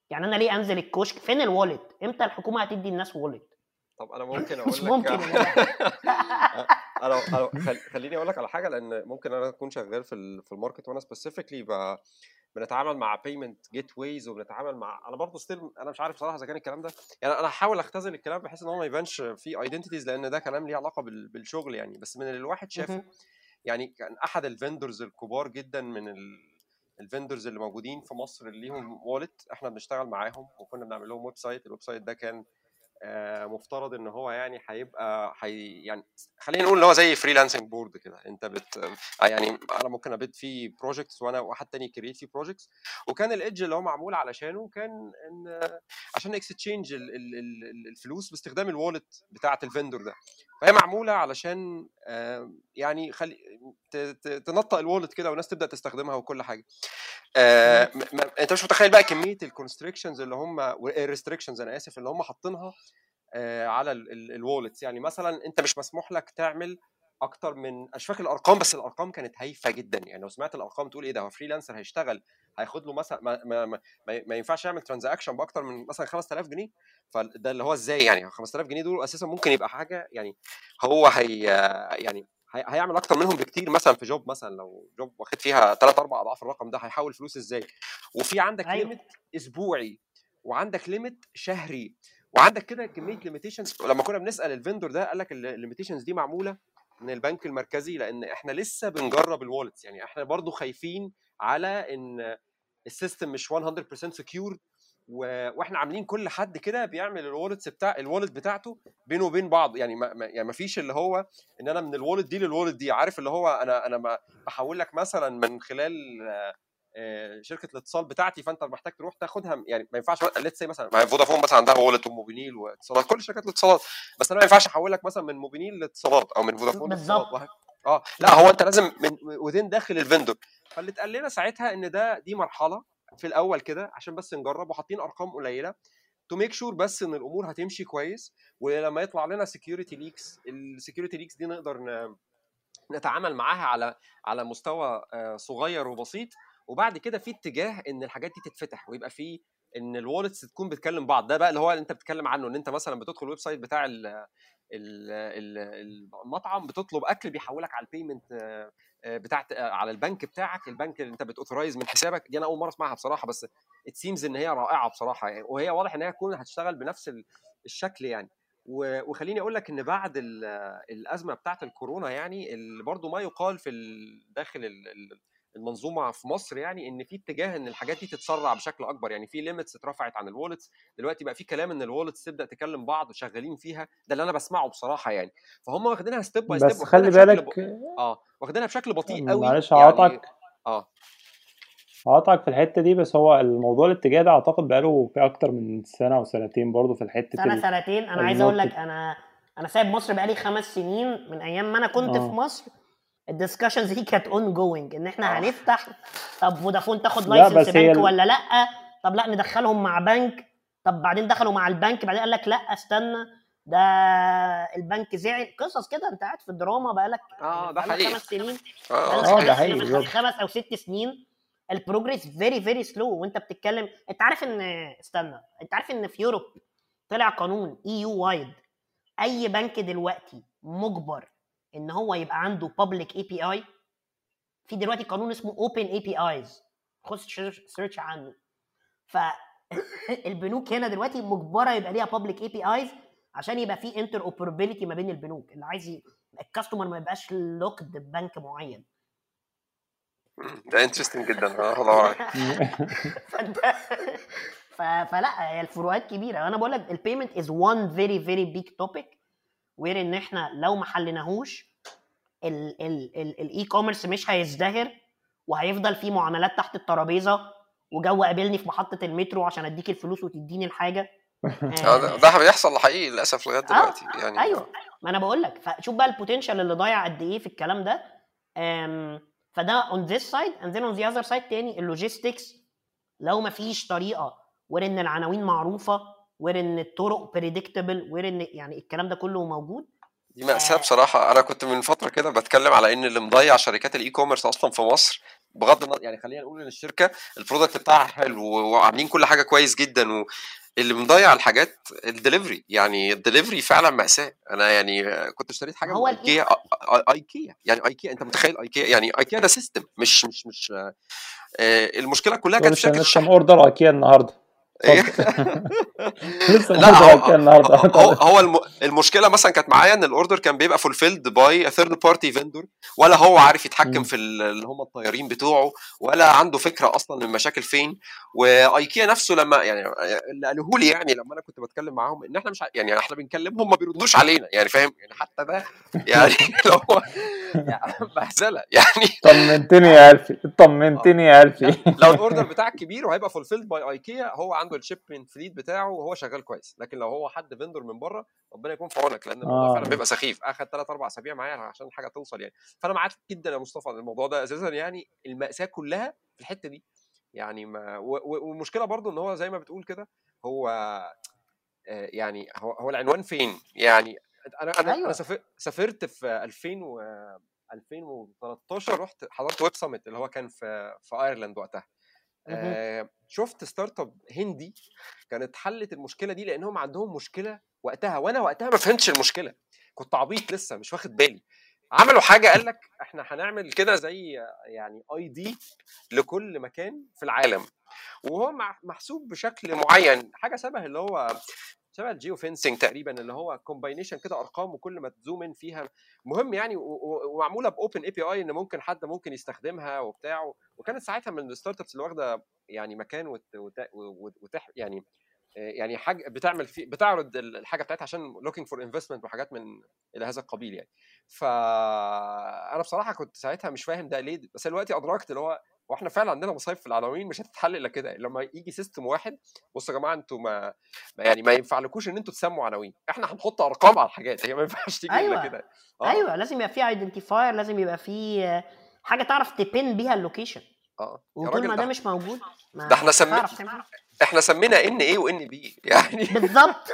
يعني انا ليه انزل الكشك؟ فين الوالت؟ امتى الحكومه هتدي الناس والت؟ طب انا ممكن مش اقول لك ممكن يا جماعه. انا أنا خل... خليني اقول لك على حاجه، لان ممكن انا اكون شغال في ال... في الماركت، وانا سبيسيفيكلي ب... بنتعامل مع بيمنت جيت ويز، وبنتعامل مع انا برضه ستيل انا مش عارف صراحه اذا كان الكلام ده، يعني انا هحاول اختزل الكلام بحيث ان هو ما يبانش فيه ايدنتيتيز، لان ده كلام ليه علاقه بال... بالشغل يعني. بس من اللي الواحد شافه، يعني كان احد الفندرز الكبار جدا من ال... الفندرز اللي موجودين في مصر اللي ليهم والت، احنا بنشتغل معاهم وكنا بنعمل لهم ويب سايت. الويب سايت ده كان آه، مفترض ان هو يعني هيبقى حي يعني خلينا نقول ان هو زي فريلانسنج بورد كده. انت بت آه، يعني انا ممكن ابيد فيه بروجكتس وانا واحد تاني كريت فيه بروجكتس، وكان الايدج اللي هو معمول علشانه كان ان آه، عشان اكستشينج الفلوس باستخدام الوالت بتاعه الفندور ده. فهي معموله علشان آه، يعني خلي ت- ت- تنطق الوالت كده والناس تبدا تستخدمها وكل حاجه. آه، م- م- انت مش متخيل بقى كميه الكونستريكشنز اللي هم الريستريكشنز انا اسف اللي هم حاطينها آه، على الوالتس. يعني مثلا انت مش مسموح لك تعمل اكتر من، مش فاكر الارقام بس الارقام كانت هايفه جدا. يعني لو سمعت الارقام تقول ايه ده، هو فريلانسر هيشتغل هياخد له مثلا ما, ما, ما, ما ينفعش يعمل ترانزاكشن باكتر من مثلا خمسة آلاف جنيه. فده اللي هو ازاي يعني خمسة آلاف جنيه دول اساسا ممكن يبقى حاجه يعني هو هي يعني هي- هيعمل اكتر منهم بكتير مثلا في جوب، مثلا لو جوب واخد فيها ثلاثة أربعة اضعاف الرقم ده هيحول فلوس ازاي. وفي عندك أيوة. ليميت اسبوعي وعندك ليميت شهري وعندك كده كميه ليميتيشنز. لما كنا بنسال الفندور ده قال لك الليميتيشنز دي معموله من البنك المركزي، لان احنا لسه بنجرب الوالتس. يعني احنا برضو خايفين على ان السيستم مش مية بالمية سكيور، واحنا عاملين كل حد كده بيعمل الوالتس بتاع الوالت بتاعته بينه وبين بعض. يعني ما يعني ما فيش اللي هو ان انا من الوالت دي للوالت دي، عارف اللي هو انا انا بحول لك مثلا من خلال شركه الاتصال بتاعتي، فانت محتاج تروح تاخدها. يعني ما ينفعش ليتس سي مثلا ما فودافون مثلا عندها وولت وموبينيل واتصالات، كل شركات الاتصالات، بس انا ما ينفعش احول لك مثلا من موبينيل لاتصالات او من فودافون لاتصالات. اه لا هو انت لازم من ودين داخل الفندور. فاللي اتقال لنا ساعتها ان ده دي مرحله في الاول كده عشان بس نجرب، وحاطين ارقام قليله تو ميك شور بس ان الامور هتمشي كويس. ولما يطلع لنا سكيورتي ليكس، السكيورتي ليكس دي نقدر نتعامل معاها على على مستوى صغير وبسيط. وبعد كده في اتجاه ان الحاجات دي تتفتح ويبقى في ان الوالتس تكون بتكلم بعض. ده بقى اللي هو اللي انت بتتكلم عنه، ان انت مثلا بتدخل الويب سايت بتاع ال المطعم بتطلب اكل بيحولك على البيمنت بتاعت على البنك بتاعك، البنك اللي انت بتوثرايز من حسابك. دي انا اول مره اسمعها بصراحه، بس ات سيمز ان هي رائعه بصراحه يعني، وهي واضح ان هي تكون هتشتغل بنفس الشكل يعني. وخليني اقول لك ان بعد الازمه بتاعه الكورونا يعني برضو ما يقال في داخل المنظومه في مصر يعني ان في اتجاه ان الحاجات دي تتسرع بشكل اكبر. يعني في ليميتس اترفعت عن الوالتس دلوقتي، بقى في كلام ان الوالتس تبدا تكلم بعض وشغالين فيها، ده اللي انا بسمعه بصراحه يعني. فهم واخدينها ستيب باي ستيب، بس خلي بالك ب... اه واخدينها بشكل بطيء قوي معلش يعني. هقاطعك اه هقاطعك في الحته دي، بس هو الموضوع الاتجاه ده اعتقد بقاله في اكتر من سنه او سنتين برضو في الحته سنه ال... سنتين. انا عايز اقول لك انا انا سايب مصر بقالي خمس سنين من ايام ما انا كنت آه. في مصر. الدسكشنز دي كانت اون جوينج ان احنا آه. هنفتح، طب فودافون تاخد لايسنس بنك ال... ولا لا، طب لا ندخلهم مع بنك، طب بعدين دخلوا مع البنك بعدين قال لك لا استنى ده البنك زعل، قصص كده. انت قاعد في الدراما بقالك اه ده حقيقي خمس سنين اه ده حقيقي خمس او ست سنين. البروجريس فيري فيري سلو. وانت بتتكلم انت عارف ان استنى انت عارف ان في يوروب طلع قانون اي يو وايد اي بنك دلوقتي مجبر ان هو يبقى عنده public اي بي اي. في دلوقتي قانون اسمه open اي بي ايز، خش سيرش عنه. فالبنوك هنا دلوقتي مجبره يبقى ليها public اي بي ايز عشان يبقى في انتر اوبرابيلتي ما بين البنوك اللي عايز الكاستمر ما يبقاش لوكد ببنك معين. ده انترستنج جدا. اه الله فلا هي الفروقات كبيره. انا بقول لك البيمنت از وان فيري فيري بيج توبيك، وير ان احنا لو ما حليناهوش الاي كوميرس مش هيزدهر، وهيفضل في معاملات تحت الترابيزه وجو قابلني في محطه المترو عشان اديك الفلوس وتديني الحاجه. ده بيحصل حقيقي للاسف لغايه دلوقتي آه. يعني. ايوه ما انا بقول لك. فشوف بقى البوتنشال اللي ضايع قد ايه في الكلام ده. أم فده on this side and then on the other side تاني اللوجيستكس. لو ما فيش طريقه وير ان العناوين معروفه، وير ان الطرق بريدكتبل، وير ان يعني الكلام ده كله موجود، دي مأساة آه بصراحة. أنا كنت من فترة كده بتكلم على إن اللي مضيع شركات الإي كوميرس أصلا في مصر، بغض النظر يعني خلينا نقول إن الشركة البرودكت بتاعها حلو وعاملين كل حاجة كويس جدا، واللي مضيع الحاجات الدليفري. يعني الدليفري فعلا مأساة. أنا يعني كنت اشتريت حاجة من هو الاي أيكيا. أيكيا يعني أيكيا أنت متخيل أيكيا؟ يعني أيكيا ده سيستم، مش مش مش آه، المشكلة كلها كانت في تقولش انا شركة لسه الشحن. مأوردر ايكيا النهارده. إيه؟ اتفضل. لسه لا مأوردر ايكيا هو النهارده. هو هو الم- المشكله مثلا كانت معايا ان الاوردر كان بيبقى فولفيلد باي ثيرد بارتي فيندور، ولا هو عارف يتحكم مم. في ال- اللي هم الطيارين بتوعه، ولا عنده فكره اصلا المشاكل فين. وايكيا نفسه لما يعني اللي قالوه لي، يعني لما انا كنت بتكلم معاهم ان احنا مش ع- يعني احنا بنكلمهم ما بيردوش علينا، يعني فاهم يعني حتى ده يعني لو هو يعني مهزله يعني. طمنتني يا ألفي، اه طمنتني يا ألفي. لا لو الاوردر بتاعك كبير وهيبقى فولفيلد باي ايكيا، هو عنده الشيبمنت فليت بتاعه وهو شغال كويس. لكن لو هو حد فيندور من بره، ربنا يكون في عونك، لان الموضوع فعلا اه بيبقى سخيف. اخد ثلاث اربع اسابيع معايا عشان الحاجه توصل يعني. فانا معاك جدا يا مصطفى عن الموضوع ده اساسا، يعني المأساة كلها في الحته دي. يعني ما و- و- والمشكله برضو ان هو زي ما بتقول كده، هو آه، يعني هو هو العنوان فين يعني. انا انا انا ايوه سافر- سافرت في ألفين و ألفين وتلتاشر، رحت حضرت ويب سميت اللي هو كان في في ايرلاند وقتها. مهم. آه، شفت ستارت اب هندي كانت حلت المشكله دي، لانهم عندهم مشكله وقتها، وانا وقتها ما فهمتش المشكله، كنت عبيط لسه مش واخد بالي. عملوا حاجه قال لك احنا هنعمل كده زي يعني اي دي لكل مكان في العالم، وهو مع- محسوب بشكل معين، حاجه شبه اللي هو شبه الجيو فينسينج تقريبا، اللي هو كومباينيشن كده ارقام، وكل ما تزوم ان فيها مهم يعني، و- و- ومعموله باوبن اي بي اي ان ممكن حد ممكن يستخدمها وبتاع. وكانت ساعتها من الستارت ابس اللي واخده يعني مكان وت... وت... وت... وتح... يعني يعني حاجه بتعمل في بتعرض الحاجه بتاعتها عشان looking for investment وحاجات من الى هذا القبيل يعني. فانا بصراحه كنت ساعتها مش فاهم ده ليه، بس دلوقتي ادركت اللي هو واحنا فعلا عندنا مصايب في العناوين مش هتتحل الا كده، لما يجي سيستم واحد. بصوا يا جماعه انتوا ما ما- يعني ما ينفعلكوش ان انتوا تسموا عناوين، احنا هنحط ارقام على الحاجات، هي ما ينفعش تيجي الا ايوه كده. اه ايوه لازم يبقى في ايدنتيفاير، لازم يبقى في آه، حاجه تعرف تبين بيها اللوكيشن، اه يا وطول راجل ما ده ده مش موجود ده احنا ما مش سمي هتعرف تعمل احنا سمينا ان ايه وان بي يعني. بالظبط.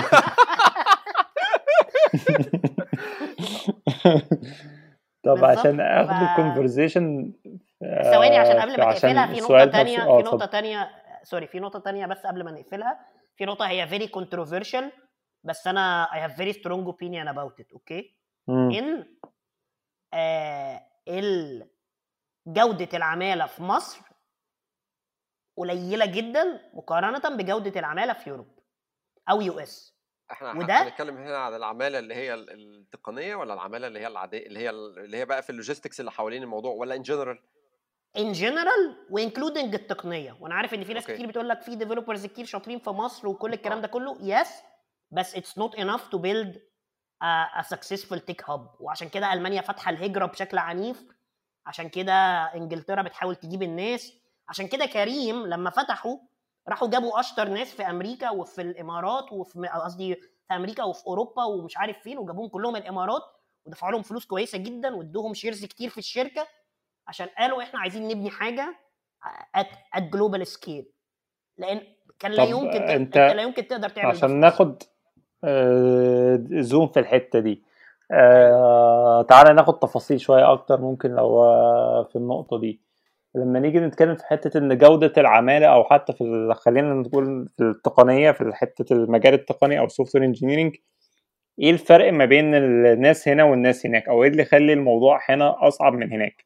طب بالظبط. عشان ف اخد الكونفرزيشن ثواني عشان قبل ما تقفلها، عشان في نقطة السؤال نفسه. تانية اه في نقطة اتفضل. تانية سوري في نقطة تانية بس قبل ما نقفلها، في نقطة هي very controversial، بس أنا I have very strong opinion about it. أوكي. مم. إن آه ال- جودة العمالة في مصر قليلة جدا مقارنة بجودة العمالة في يوروب أو يو إس. احنا وده هنتكلم هنا عن العماله اللي هي ال- التقنيه، ولا العماله اللي هي العاديه اللي هي اللي هي بقى في اللوجيستكس اللي حوالين الموضوع، ولا ان جنرال؟ in general وانكلودنج التقنيه. وانا عارف ان في ناس اوكي كتير بتقول لك في ديفلوبرز كتير شاطرين في مصر وكل الكلام اه ده كله، يس، بس it's not enough to build a, a successful tech hub. وعشان كده المانيا فاتحه الهجره بشكل عنيف، عشان كده انجلترا بتحاول تجيب الناس، عشان كده كريم لما فتحوا راحوا جابوا اشطر ناس في امريكا وفي الامارات وفي قصدي في امريكا وفي اوروبا ومش عارف فين، وجابوهم كلهم الامارات ودفعوا لهم فلوس كويسه جدا وادوهم شيرز كتير في الشركه، عشان قالوا احنا عايزين نبني حاجه at جلوبال سكيل، لان كان لا طب يمكن ت... انت انت لا يمكن تقدر تعمل ده في عشان مصر. ناخد آه، زوم في الحتة دي، ايوه آه، تعالى ناخد تفاصيل شوية أكتر ممكن لو آه، في النقطة دي. لما نيجي نتكلم في حتة إن جودة العمالة أو حتى في ال- خلينا نقول في التقنية، في حتة المجال التقني أو سوفت وير انجينيرنج، إيه الفرق ما بين الناس هنا والناس هناك، أو إيه اللي يخلي الموضوع هنا أصعب من هناك؟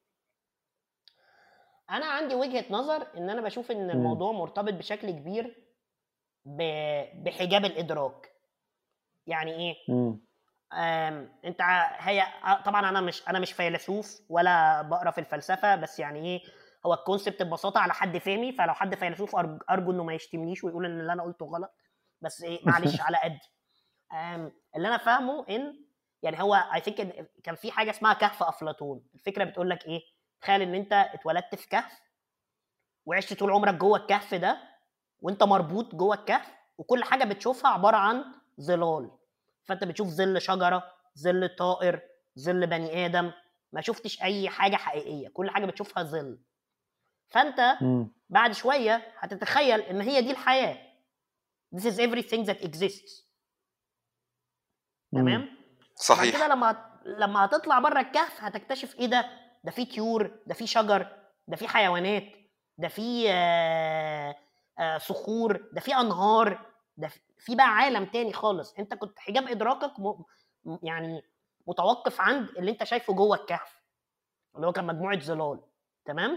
انا عندي وجهه نظر ان انا بشوف ان مم. الموضوع مرتبط بشكل كبير ب... بحجاب الادراك. يعني ايه؟ مم. أم... انت ع- هي طبعا انا مش انا مش فيلسوف ولا بقرا في الفلسفه، بس يعني ايه هو الكونسبت ببساطه على حد فهمي، فلو حد فيلسوف أرج- ارجو انه ما يشتمنيش ويقول ان اللي انا قلته غلط، بس إيه معلش على قد أم، اللي انا فاهمه ان يعني هو اي ثينك كان في حاجه اسمها كهف افلاطون. الفكره بتقول لك ايه؟ تخيل ان انت اتولدت في كهف وعشت طول عمرك جوه الكهف ده، وانت مربوط جوه الكهف، وكل حاجه بتشوفها عباره عن ظلال. فانت بتشوف ظل شجره، ظل طائر، ظل بني ادم، ما شفتش اي حاجه حقيقيه، كل حاجه بتشوفها ظل. فانت مم. بعد شويه هتتخيل ان هي دي الحياه. This is everything that exists. مم. تمام. بعد كده صحيح لما لما هتطلع بره الكهف هتكتشف ايه ده ده في طيور، ده في شجر، ده في حيوانات، ده في آه، آه، صخور، ده في انهار، ده في- في بقى عالم تاني خالص. انت كنت حجاب ادراكك م... م- يعني متوقف عند اللي انت شايفه جوه الكهف اللي هو كان مجموعه ظلال. تمام.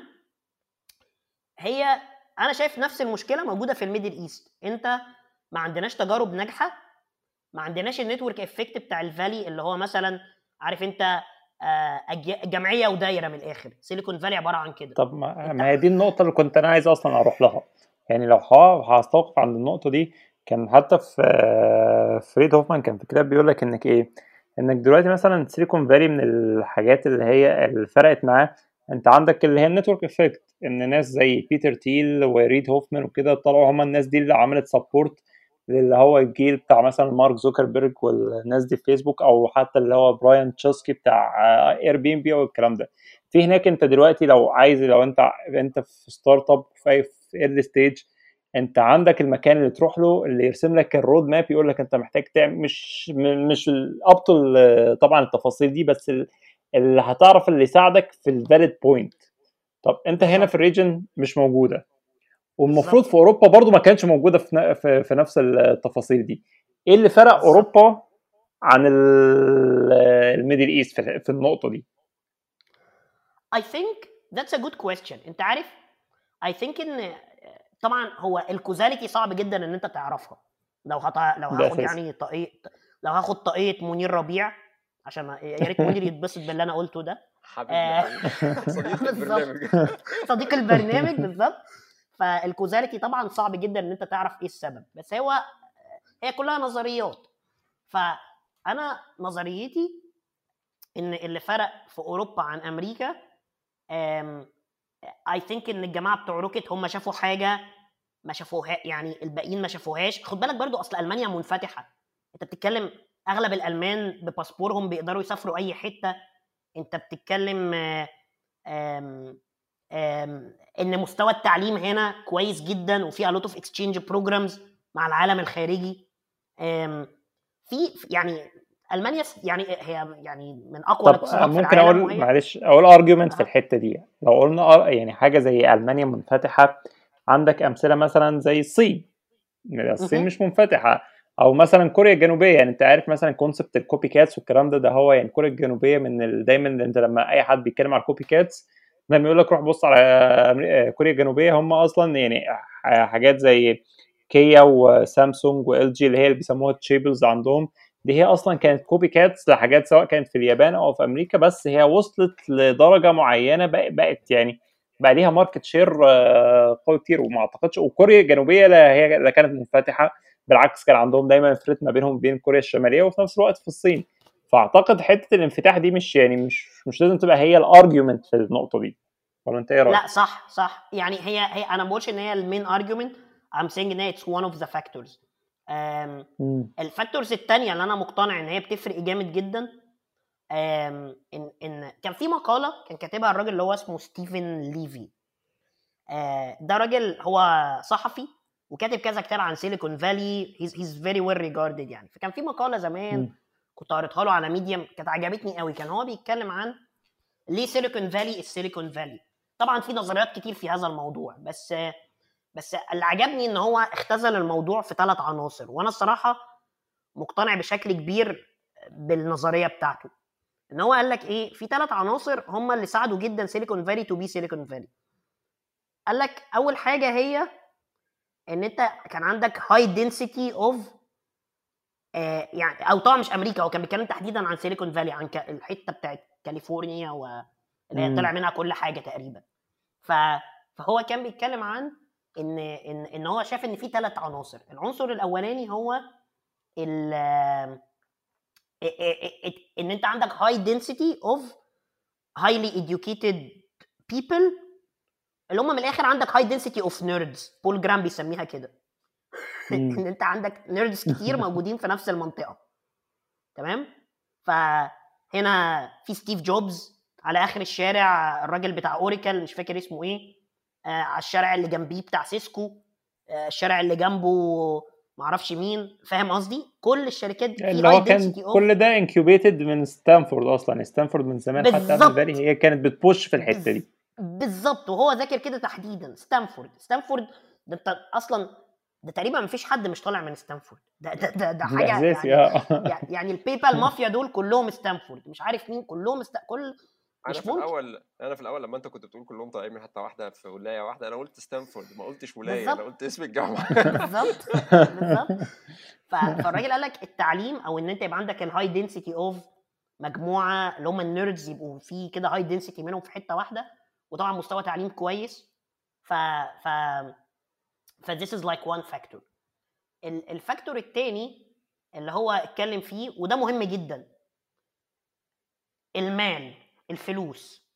هي انا شايف نفس المشكله موجوده في الميدل ايست. انت ما عندناش تجارب ناجحه، ما عندناش النتورك افكت بتاع الفالي اللي هو مثلا عارف انت آه، أج- جمعيه ودايره من الاخر. سيليكون فالي عباره عن كده. طب ما انت ما هي دي النقطة اللي كنت أنا عايز أصلا أروح لها. يعني لو ه- هستوقف عند النقطة دي، كان حتى في آه، فريد هوفمان كان في كتاب بيقول لك إنك إيه، إنك دلوقتي مثلا سيليكون فالي من الحاجات اللي هي اللي فرقت معاه، أنت عندك اللي هي النتورك افكت، إن ناس زي بيتر تيل وريد هوفمان وكده طلعوا هما الناس دي اللي عملت سبورت اللي هو الجيل بتاع مثلا مارك زوكربيرج والناس دي في فيسبوك، او حتى اللي هو براين تشوسكي بتاع اير بي ام بي والكلام ده. في هناك انت دلوقتي لو عايز، لو انت انت في ستارت اب في في ايرلي ستيج، انت عندك المكان اللي تروح له اللي يرسم لك الرود ماب، يقول لك انت محتاج تعمل مش م- مش الابطل طبعا التفاصيل دي، بس ال- اللي هتعرف اللي يساعدك في الفاليد بوينت. طب انت هنا في بالظبط الريجن مش موجوده، والمفروض بالظبط في اوروبا برضو ما كانش موجوده في ن- في في نفس التفاصيل دي. ايه اللي فرق بالظبط اوروبا عن ال- الميدل ايست في في النقطه دي؟ I think that's a good question. انت عارف I think ان طبعا هو الكوزاليتي صعب جدا ان انت تعرفها. لو هط... لو ده هاخد اساسي. يعني طاقية، لو هاخد طاقية منير ربيع عشان ما- يا ريت منير يتبسط باللي انا قلته ده. حبيبنا آه، حبيبي صديق بالظبط البرنامج. صديق البرنامج بالظبط. فالكوزاليتي طبعا صعب جدا ان انت تعرف ايه السبب، بس هو هي كلها نظريات. فانا نظريتي ان اللي فرق في اوروبا عن امريكا اي ثينك ان الجماعه بتوع روكيت هم شافوا حاجه ما شافوها، يعني الباقيين ما شافوهاش. خد بالك برضو اصل المانيا منفتحه. انت بتتكلم اغلب الالمان بباسبورهم بيقدروا يسافروا اي حته. انت بتتكلم آه، آم، آم، ان مستوى التعليم هنا كويس جدا وفي a lot of exchange programs مع العالم الخارجي. آم، في يعني المانيا يعني هي يعني من اقوى طب الاقتصادات في ممكن العالم اقول وهي معلش اقول ارجيومنت في أها. الحته دي. لو قلنا أر- يعني حاجه زي المانيا منفتحه، عندك امثله مثلا زي الصين. الصين مهم. مش منفتحه. او مثلا كوريا الجنوبيه، يعني انت عارف مثلا كونسبت الكوبي كاتس والكلام ده، ده هو يعني كوريا الجنوبيه من ال... دايما انت لما اي حد بيتكلم على الكوبي كاتس لما يقول لك روح بص على أمري- كوريا الجنوبيه، هم اصلا يعني ح- حاجات زي كيا وسامسونج وال جي اللي هي اللي بيسموها تشيبلز عندهم، دي هي اصلا كانت كوبي كاتس لحاجات سواء كانت في اليابان او في امريكا، بس هي وصلت لدرجه معينه بقت, بقت يعني بقى ليها ماركت شير قوي كتير. وما اعتقدش وكوريا الجنوبيه لا هي لا كانت منفتحه، بالعكس كان عندهم دايما فرق ما بينهم وبين كوريا الشماليه وفي نفس الوقت في الصين. فاعتقد حته الانفتاح دي مش يعني مش مش لازم تبقى هي الارجيومنت في النقطه دي، ولا انت ايه رايك؟ لا صح صح يعني هي هي انا ما بقولش ان هي المين ارجيومنت. I'm saying ان هي it's one of the factors. um, مم. الفاكتورز التانية اللي انا مقتنع ان هي بتفرق جامد جدا um, ان ان كان في مقالة كان كاتبها الراجل اللي هو اسمه ستيفن ليفي. uh, ده راجل هو صحفي وكاتب كذا كتاب عن سيليكون فالي. he's, he's very well regarded يعني. فكان في مقالة زمان مم. كنت قريتها له على ميديم كانت عجبتني قوي. كان هو بيتكلم عن ليه سيليكون فالي السيليكون فالي. طبعا في نظريات كتير في هذا الموضوع، بس بس اللي عجبني ان هو اختزل الموضوع في ثلاث عناصر، وانا الصراحه مقتنع بشكل كبير بالنظريه بتاعته. ان هو قال لك ايه، في ثلاث عناصر هم اللي ساعدوا جدا سيليكون فالي تو بي سيليكون فالي. قال لك اول حاجه هي ان انت كان عندك هاي دنسيتي اوف يعني، او طبعا مش امريكا، هو كان بيتكلم تحديدا عن سيليكون فالي، عن الحته بتاعت كاليفورنيا واللي هي طلع منها كل حاجه تقريبا. ف... فهو كان بيتكلم عن ان ان ان هو شاف ان في ثلاث عناصر. العنصر الاولاني هو ال ان انت عندك high density of highly educated people، اللي هم من الاخر عندك high density of nerds. بول جرام بيسميها كده. ان انت عندك نيردز كتير موجودين في نفس المنطقه. تمام. فهنا في ستيف جوبز على اخر الشارع، الراجل بتاع اوريكل مش فاكر اسمه ايه، آه على الشارع اللي جنبيه بتاع سيسكو، آه الشارع اللي جنبه معرفش مين، فاهم قصدي؟ كل الشركات في اللي هو كان ايدنتيتي اوف كل ده انكيوبيتد من ستانفورد اصلا. ستانفورد من زمان حتى قبل بالظبط فالي هي كانت بتبوش في الحته بز... دي. بالظبط. وهو ذاكر كده تحديدا ستانفورد. ستانفورد ده انت اصلا ده تقريبا مفيش حد مش طالع من ستانفورد. ده ده ده, ده ده حاجه اساسي. يعني اه يعني البيبال مافيا دول كلهم ستانفورد، مش عارف مين كلهم است... كل انا مش في ممكن. الاول انا في الاول لما انت كنت بتقول كلهم طالعين من حته واحده في ولايه واحده، انا قلت ستانفورد، ما قلتش ولايه، انا بالظبط قلت اسم الجامعه. بالظبط بالظبط. ف... فالراجل قال لك التعليم او ان انت يبقى عندك الهاي دنسيتي اوف مجموعه اللي هم النيردز يبقوا في كده هاي دنسيتي منهم في حته واحده، وطبعا مستوى تعليم كويس. ف ف ف this is like one factor. ال- الفاكتور التاني اللي هو اتكلم فيه وده مهم جدا، المال، الفلوس.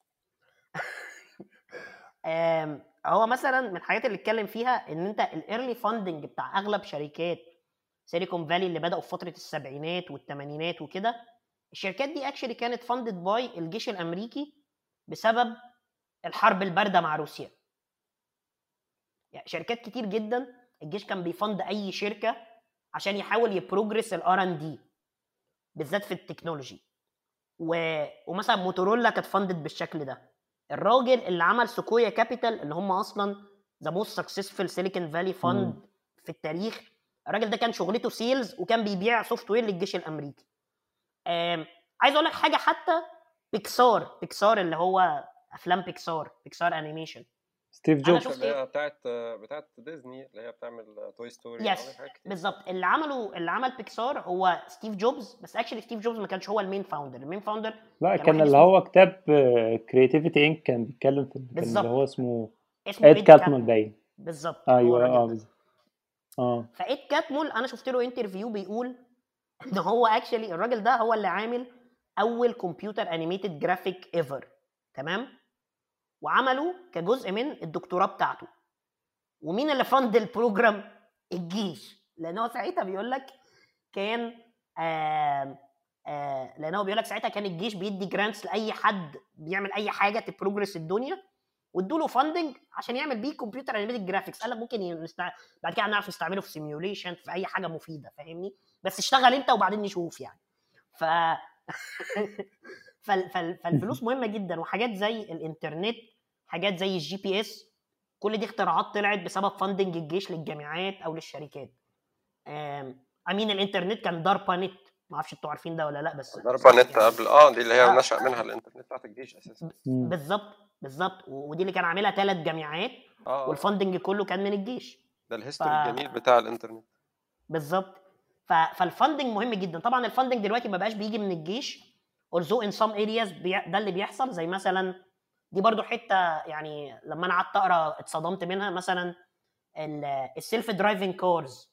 آم، هو مثلا من الحاجات اللي اتكلم فيها ان انت الايرلي فاندنج بتاع اغلب شركات سيليكون فالي اللي بدأوا في فترة السبعينات والثمانينات وكده، الشركات دي اكشلي كانت فاندد باي الجيش الامريكي بسبب الحرب الباردة مع روسيا. يعني شركات كتير جدا الجيش كان بيفند اي شركة عشان يحاول يبروجرس الار ان دي بالذات في التكنولوجي. و... ومثلا موتورولا كانت فاندد بالشكل ده. الراجل اللي عمل سكويا كابيتال اللي هم اصلا ذا موست سكسسفul سيليكون فالي فاند في التاريخ، الراجل ده كان شغلته سيلز وكان بيبيع سوفت وير للجيش الامريكي. آم... عايز اقول لك حاجه، حتى بيكسار بيكسار اللي هو افلام بيكسار بيكسار انيميشن، ستيف انا جوبز. شفت اللي هي بتاعت بتاعت ديزني اللي هي بتعمل توي ستوري يس وعملت حاجات كتير. بالظبط. اللي عمله اللي عمل بيكسار هو ستيف جوبز، بس اكشلي ستيف جوبز ما كانش هو المين فاوندر. المين فاوندر لا كان كان واحد اللي اسمه هو كتاب كرياتيفيتي انك كان بيتكلم في كان اللي بالظبط هو اسمه اسمه اد ايد كاتمون كاتمول. باين. بالظبط هو ايوه الراجل اه ده. بالظبط. اه فايد كاتمول انا شفت له انترفيو بيقول ان هو اكشلي الراجل ده هو اللي عامل اول كمبيوتر انيميتد جرافيك ايفر، تمام، وعمله كجزء من الدكتوراه بتاعته. ومين اللي فند البروجرام؟ الجيش، لانه ساعتها بيقول لك كان آه آه لانه بيقول لك ساعتها كان الجيش بيدي جرانتس لاي حد بيعمل اي حاجه تبروجرس الدنيا، وادوا له فاندنج عشان يعمل بيه كمبيوتر انيميتد جرافيكس. قال لك ممكن يستع... بعد كده نعرف نستعمله في سيميوليشن في اي حاجه مفيده، فاهمني؟ بس اشتغل انت وبعدين نشوف يعني. ف فال... فال... فالفلوس مهمه جدا. وحاجات زي الانترنت، حاجات زي الجي بي اس، كل دي اختراعات طلعت بسبب فاندنج الجيش للجامعات او للشركات. امين الانترنت كان داربا نت، ما اعرفش انتوا عارفين ده ولا لا، بس داربا نت يعني قبل اه دي اللي هي آه. نشأ منها الانترنت بتاعت الجيش اساسا. بالظبط بالظبط. ودي اللي كان عاملها ثلاث جامعات اه والفاندنج كله كان من الجيش. ده ف... الهيستوري الجميل بتاع الانترنت. بالظبط. ف... فالفاندنج مهم جدا. طبعا الفاندنج دلوقتي ما بقاش بيجي من الجيش although in some areas بي... ده اللي بيحصل. زي مثلا دي برضو حته يعني لما انا قعدت اقرا اتصدمت منها، مثلا السيلف درايفنج كارز.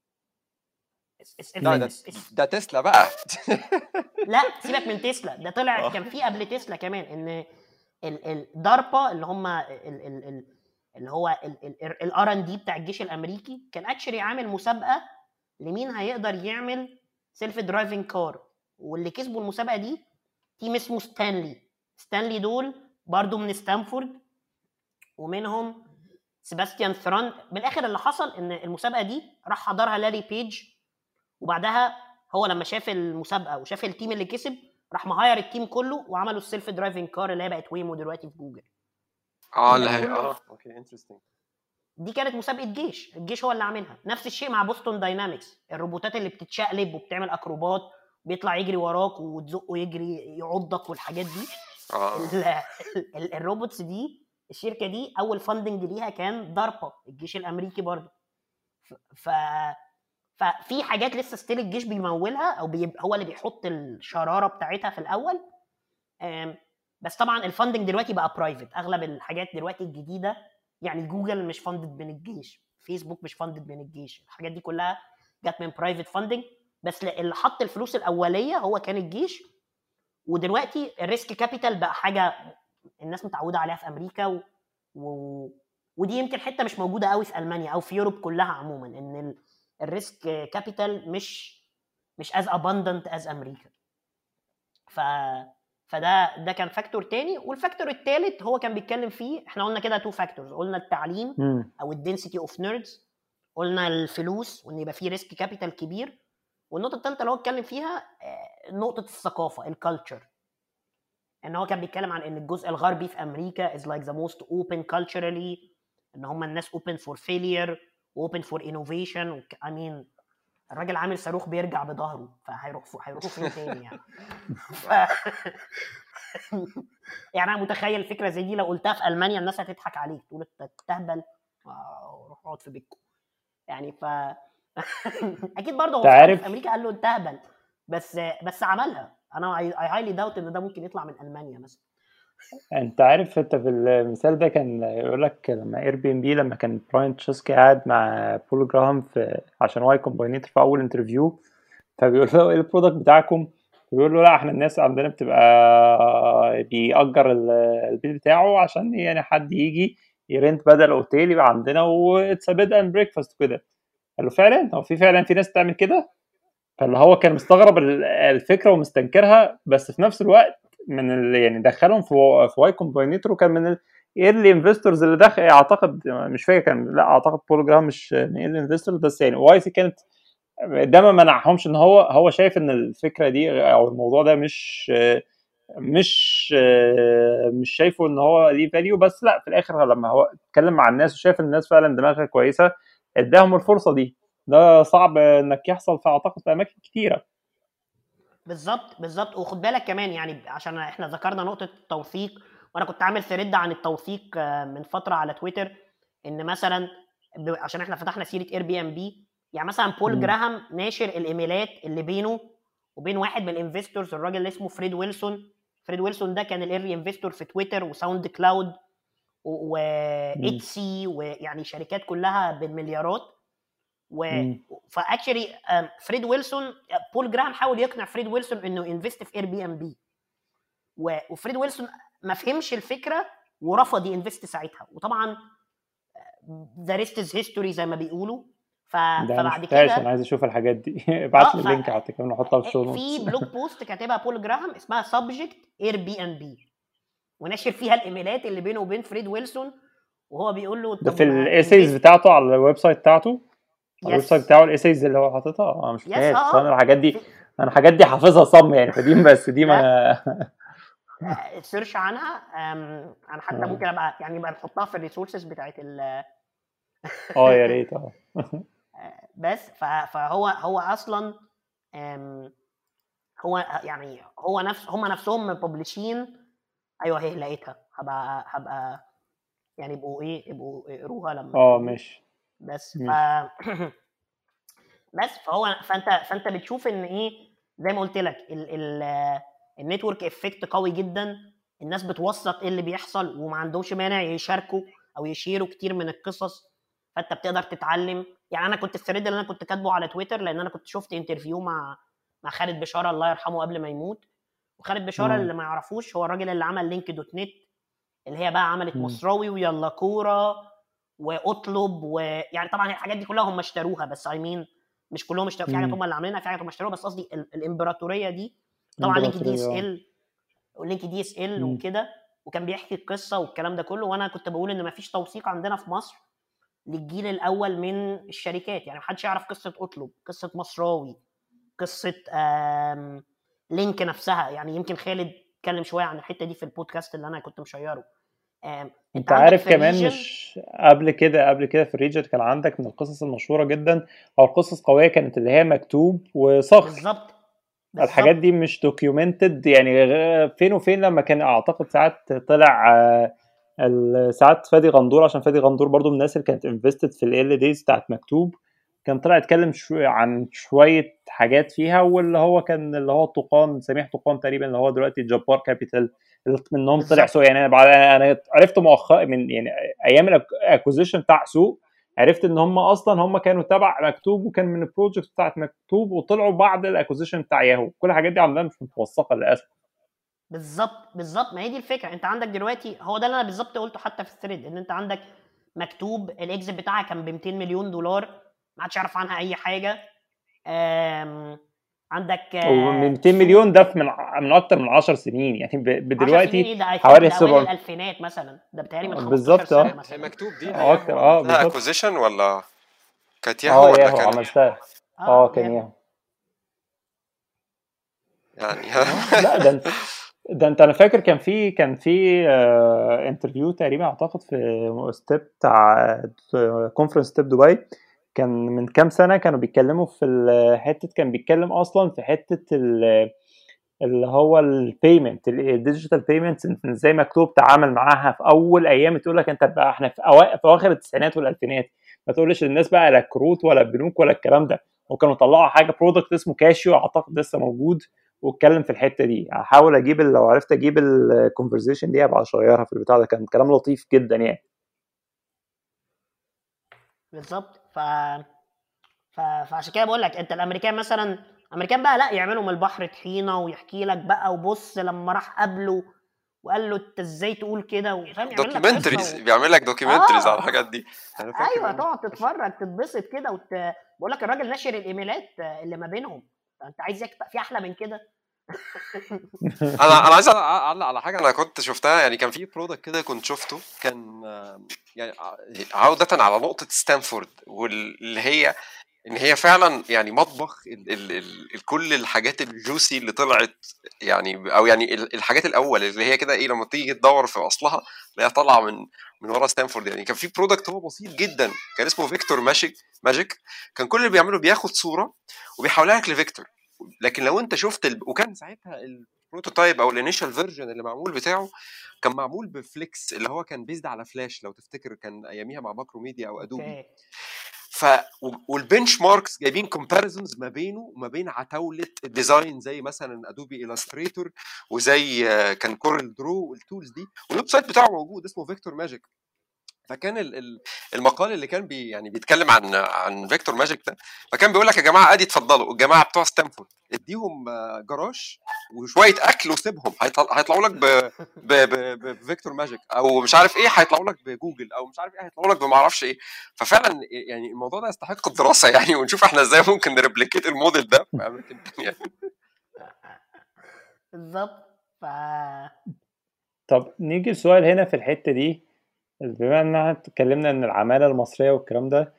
لا ده ده تسلا بقى. لا سيبك من تسلا، ده طلع كان في قبل تسلا كمان ان الداربا اللي هم اللي هو الار ان دي بتاع الجيش الامريكي كان اكشلي عامل مسابقه لمين هيقدر يعمل سيلف درايفنج كار، واللي كسبوا المسابقه دي تيم اسمه ستانلي. ستانلي دول برضو من ستانفورد ومنهم سيباستيان ثران. بالاخر اللي حصل ان المسابقه دي راح حضرها لاري بيج، وبعدها هو لما شاف المسابقه وشاف التيم اللي كسب راح مهاير التيم كله وعملوا السيلف درايفنج كار اللي هي بقت ويمو دلوقتي في جوجل. اه اللي هي اه اوكي انترستنج. دي كانت مسابقه جيش، الجيش هو اللي عاملها. نفس الشيء مع بوستون داينامكس، الروبوتات اللي بتتشقلب وبتعمل اكروبات بيطلع يجري وراك وتزقه يجري يعضك والحاجات دي. اه الروبوتس دي الشركه دي اول فاندنج ليها كان داربا الجيش الامريكي برضه. ف ففي حاجات لسه ستيل الجيش بيمولها او بيبقى هو اللي بيحط الشراره بتاعتها في الاول. بس طبعا الفاندنج دلوقتي بقى برايفت. اغلب الحاجات دلوقتي الجديده يعني جوجل مش فاندد من الجيش، فيسبوك مش فاندد من الجيش، الحاجات دي كلها جت من برايفت فاندنج. بس اللي حط الفلوس الاوليه هو كان الجيش. ودلوقتي الريسك كابيتال بقى حاجه الناس متعوده عليها في امريكا و... و... ودي يمكن حته مش موجوده قوي في المانيا او في يوروب كلها عموما، ان ال... الريسك كابيتال مش مش as abundant as امريكا. ف فده ده كان فاكتور تاني. والفاكتور الثالث هو كان بيتكلم فيه، احنا قلنا كده تو فاكتورز، قلنا التعليم مم. او الدنسيتي اوف نيردز، قلنا الفلوس وان يبقى فيه ريسك كابيتال كبير. والنقطه الثالثه اللي هو اتكلم فيها نقطه الثقافه الكالتشر، ان هو كان بيتكلم عن ان الجزء الغربي في امريكا is like the most open culturally، ان هم الناس open for failure open for innovation. I mean الراجل عامل صاروخ بيرجع بظهره، فهيروح هيروحوا فين تاني يعني؟ ف... يعني انا متخيل فكره زي دي لو قلتها في المانيا الناس هتضحك عليك، تقول انت تهبل، روح اقعد في بيتكم يعني. ف اكيد برضه هو في امريكا قال له انت هبل، بس بس عملها. انا اي هايلي داوت ان ده ممكن يطلع من المانيا مثلا. انت عارف انت في المثال ده كان يقول لك لما اير بي ام بي لما كان براين تشيسكي قاعد مع بول جراهام في عشان واي كومباينيتور في اول انترفيو، فبيقول له ايه البرودكت بتاعكم؟ بيقول له لا احنا الناس عندنا بتبقى بيأجر البيت بتاعه عشان يعني حد يجي يرنت بدل اوتيل يبقى عندنا واتس بيد اند بريكفاست وكده. قال له فعلا هو في فعلا في ناس بتعمل كده؟ فاللي هو كان مستغرب الفكره ومستنكرها، بس في نفس الوقت من ال... يعني دخلهم في في واي كومباينيتور وكان من الايرلي انفستورز اللي دخل، اعتقد مش فاكر كان، لا اعتقد بول جراهام مش من ايرلي انفستورز، بس يعني واي سي كانت ده ما منعهمش ان هو هو شايف ان الفكره دي او الموضوع ده مش مش مش شايفه ان هو ليه فاليو، بس لا في الاخر لما هو اتكلم مع الناس وشاف الناس فعلا دماغها كويسه اداهم الفرصه دي. ده صعب انك يحصل في اعتقد في اماكن كتيره. بالظبط بالظبط. وخد بالك كمان يعني عشان احنا ذكرنا نقطه التوثيق، وانا كنت عامل ثريد عن التوثيق من فتره على تويتر، ان مثلا عشان احنا فتحنا سيره اير بي ام بي، يعني مثلا بول جراهام ناشر الايميلات اللي بينه وبين واحد من الانفستورز، الراجل اللي اسمه فريد ويلسون. فريد ويلسون ده كان الايرلي انفستور في تويتر وساوند كلاود واتسي ويعني شركات كلها بالمليارات. و فاكشلي فريد ويلسون، بول جراهام حاول يقنع فريد ويلسون انه انفست في اير بي ام بي، وفريد ويلسون ما فهمش الفكره ورفض ينفست ساعتها. وطبعا ذا ريست از هيستوري زي ما بيقولوا. ف... فبعد كده انا عايز اشوف الحاجات دي. ابعت لي اللينك حتى كمان نحطها في الشو نوتس. في بلوج بوست كاتبها بول جراهام اسمها سبجكت اير بي ام بي، وناشر فيها الايميلات اللي بينه وبين فريد ويلسون، وهو بيقول له ده في الايسيز بتاعته على الويب سايت بتاعته، على الويب سايت بتاعه الايسيز اللي هو حاططها. انا مش فاهم انا الحاجات دي، انا الحاجات دي حافظها صم يعني، فدي بس دي ما سيرش عنها. انا حتى ممكن ابقى يعني بقى نحطها في الريسورسز بتاعت ال اه يا ريت. اه بس فهو هو اصلا هو يعني هو نفس هم نفسهم مببلشين. ايوه هي لقيتها، هبقى هبقى يعني يبقوا ايه يبقوا اقروها لما اه ماشي. بس ف بس فهو فانت فانت بتشوف ان ايه زي ما قلت لك النتورك افكت قوي جدا. الناس بتوثق ايه اللي بيحصل وما عندهمش مانع يشاركوا او يشيروا كتير من القصص، فانت بتقدر تتعلم. يعني انا كنت الثريد اللي انا كنت كاتبه على تويتر لان انا كنت شفت انترفيو مع مع خالد بشاره الله يرحمه قبل ما يموت. وخالد بشاره اللي ما يعرفوش هو الراجل اللي عمل لينك دوت نت، اللي هي بقى عملت مصراوي ويلا كوره واطلب، ويعني طبعا الحاجات دي كلها هم اشتروها، بس اي مين مش كلهم اشتروا، في حاجات هم اللي عاملينها، في حاجات هم اشتروها، بس قصدي الامبراطوريه دي. طبعا لينك دي اس ال ولينك دي اس ال وكده، وكان بيحكي القصه والكلام ده كله. وانا كنت بقول ان مفيش توثيق عندنا في مصر للجيل الاول من الشركات، يعني محدش يعرف قصه اطلب، قصه مصراوي، قصه لينك نفسها. يعني يمكن خالد اتكلم شويه عن الحته دي في البودكاست اللي انا كنت مشيره. انت عارف كمان مش قبل كده قبل كده في الريجن كان عندك من القصص المشهوره جدا او القصص قويه كانت اللي هي مكتوب وصخر. بالظبط. الحاجات دي مش دوكيومنتد يعني، فين وفين لما كان اعتقد ساعات طلع ساعات فادي غندور، عشان فادي غندور برضو من الناس اللي كانت انفستد في ال ديز بتاعت مكتوب، كان طلع يتكلم شوية عن شويه حاجات فيها. واللي هو كان اللي هو طوقان سميح طوقان تقريبا اللي هو دلوقتي جبار كابيتال منهم طلع سوق. يعني انا انا عرفت مؤخرا من يعني ايام الاكوزيشن بتاع سوق، عرفت ان هم اصلا هم كانوا تبع مكتوب وكان من البروجكت بتاعت مكتوب وطلعوا بعد الاكوزيشن بتاع ياهو. كل الحاجات دي عندنا مش متوثقه للاسف. بالظبط بالظبط. ما هي دي الفكره. انت عندك دلوقتي هو ده اللي انا بالظبط قلته حتى في الثريد، ان انت عندك مكتوب الاكزيت بتاعها كان ب مئتين مليون دولار، ما حدش يعرف عنها اي حاجه. امم عندك مئتين مليون ده من من اكتر من عشر سنين يعني، بدلوقتي إيه حوالي سبعمية الالفينات مثلا، ده بتهيألي من خمستاشر بالظبط. سنه مثلا. هي مكتوب دي اكتر اه بالظبط. اكوزيشن ولا كانت ياهو اه ولا ياهو كان عملتها. اه اه كان ياهو. ياهو. يعني اه لا ده انت ده انت انا فاكر كان في كان في آه انترفيو تقريبا اعتقد في ستيب بتاع كونفرنس ستيب دبي، كان من كام سنه كانوا بيتكلموا في الحته، كان بيتكلم اصلا في حته ال- اللي هو البيمنت الديجيتال بيمنت، ازاي مكتوب تعامل معاها في اول ايام. تقول لك انت بقى احنا في أوا- في اواخر التسعينات والالفينات، ما تقولش للناس بقى لا كروت ولا بنوك ولا الكلام ده. وكانوا طلعوا حاجه برودكت اسمه كاشيو اعتقد لسه موجود، واتكلم في الحته دي. هحاول اجيب ال- لو عرفت اجيب الكونفرزيشن دي ابقى اشيرها في البتاع ده، كان كلام لطيف جدا يعني. بالظبط. ف... ف... فعشان كده بقول لك انت الامريكان مثلا، الامريكان بقى لا يعملوا من البحر طحينه ويحكي لك بقى، وبص لما راح قبله وقال له انت ازاي تقول كده، وفاهم يعمل لك قصه دوكيومنتريز، و... بيعمل لك دوكيومنتريز على اه الحاجات دي. انا فاكر ايوه، ان تقعد تتفرج تتبسط كده وت... بقول لك الراجل ناشر الايميلات اللي ما بينهم، انت عايز يكتب في احلى من كده؟ انا انا عايز اعلق على حاجه انا كنت شفتها. يعني كان في برودكت كده كنت شفته، كان آه، يعني عودة على نقطة ستانفورد، واللي هي ان هي فعلا يعني مطبخ ال ال ال كل الحاجات الجوسي اللي طلعت، يعني او يعني ال- الحاجات الاول اللي هي كده ايه لما تيجي تدور في اصلها اللي هي طالعه من من ورا ستانفورد. يعني كان في برودكت هو بسيط جدا كان اسمه فيكتور ماجيك ماجيك كان كل اللي بيعمله بياخد صوره وبيحولها لك لفيكتور. لكن لو انت شفت ال... وكان ساعتها البروتوتايب او الانيشال فيرجن اللي معمول بتاعه كان معمول بفليكس اللي هو كان بيزد على فلاش، لو تفتكر كان اياميها مع ماكرو ميديا او ادوبي. اوكي. ف والبنش ماركس جايبين كومباريزونز ما بينه وما بين عتاوله الديزاين زي مثلا ادوبي الستريتور وزي آه، كان كورل درو والتولز دي، والويب سايت بتاعه موجود اسمه فيكتور ماجيك. فكان ال- ال- المقال اللي كان بي يعني بيتكلم عن عن فيكتور ماجيك ده، فكان بيقول لك يا جماعه ادي اتفضلوا الجماعه بتوع ستانفورد اديهم آه، جراج وشويه اكل وسيبهم هيطل- هيطلعوا لك ب- ب- ب- ب- بفيكتور ماجيك او مش عارف ايه، هيطلعوا لك بجوجل او مش عارف ايه، هيطلعوا لك بما اعرفش ايه. ففعلا يعني الموضوع ده يستحق الدراسه يعني، ونشوف احنا ازاي ممكن نريبليكيت الموديل ده في اماكن تانيه. بالظبط. ف طب نيجي السؤال هنا في الحته دي، بما ان احنا اتكلمنا ان العماله المصريه والكلام ده،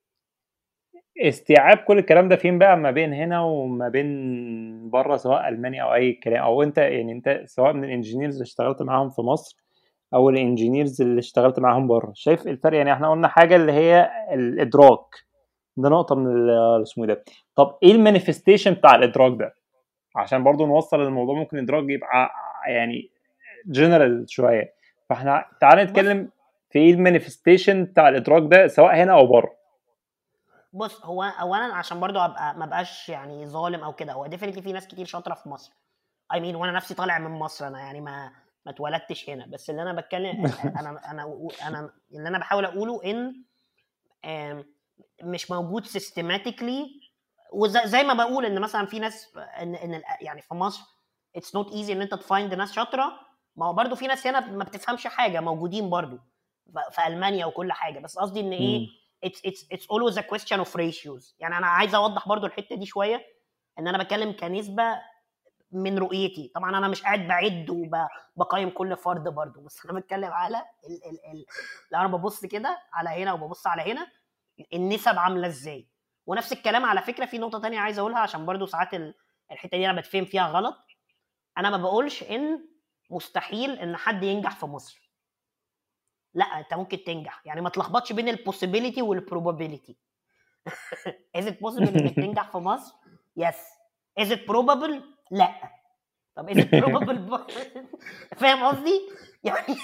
استيعاب كل الكلام ده فين بقى ما بين هنا وما بين بره، سواء المانيا او اي كلام، او انت يعني انت سواء من الانجينيرز اللي اشتغلت معاهم في مصر او الانجينيرز اللي اشتغلت معاهم بره، شايف الفرق؟ يعني احنا قلنا حاجه اللي هي الادراك، ده نقطه من ال- اسمه إيه ده. طب ايه المانيفستيشن بتاع الادراك ده؟ عشان برضو نوصل الموضوع، ممكن ادراك يبقى يعني جنرال شويه، فاحنا تعالى بص نتكلم في ايه المانيفستيشن بتاع الادراك ده سواء هنا او بره. بص هو اولا عشان برضو ابقى ما بقاش يعني ظالم او كده، هو ديفينتلي في ناس كتير شاطره في مصر، اي I مين mean, وانا نفسي طالع من مصر، انا يعني ما ما اتولدتش هنا، بس اللي انا بتكلم انا انا انا اللي انا بحاول اقوله ان آم، مش موجود سيستماتيكلي. وزي ما بقول ان مثلا في ناس ان ان ال- يعني في مصر اتس نوت ايزي ان انت تفايند ناس شاطره، ما هو برضو في ناس هنا ما بتفهمش حاجه موجودين برضو ف- في المانيا وكل حاجه، بس قصدي ان ايه مم. it's it's it's always a question of ratios. يعني انا عايز اوضح برضو الحته دي شويه، ان انا بتكلم كنسبه من رؤيتي، طبعا انا مش قاعد بعد وبقيم كل فرد برضو، بس انا بتكلم على ال ال ال لو انا ببص كده على هنا وببص على هنا النسب عامله ازاي. ونفس الكلام على فكره في نقطه تانية عايز اقولها، عشان برضو ساعات ال- الحته دي انا بتفهم فيها غلط. انا ما بقولش ان مستحيل ان حد ينجح في مصر، لا انت ممكن تنجح، يعني ما تلخبطش بين البوسيبيليتي والبروبابيليتي. is it possible انك تنجح في مصر؟ yes. is it probable؟ لا. طب is it probable؟ فاهم قصدي يعني؟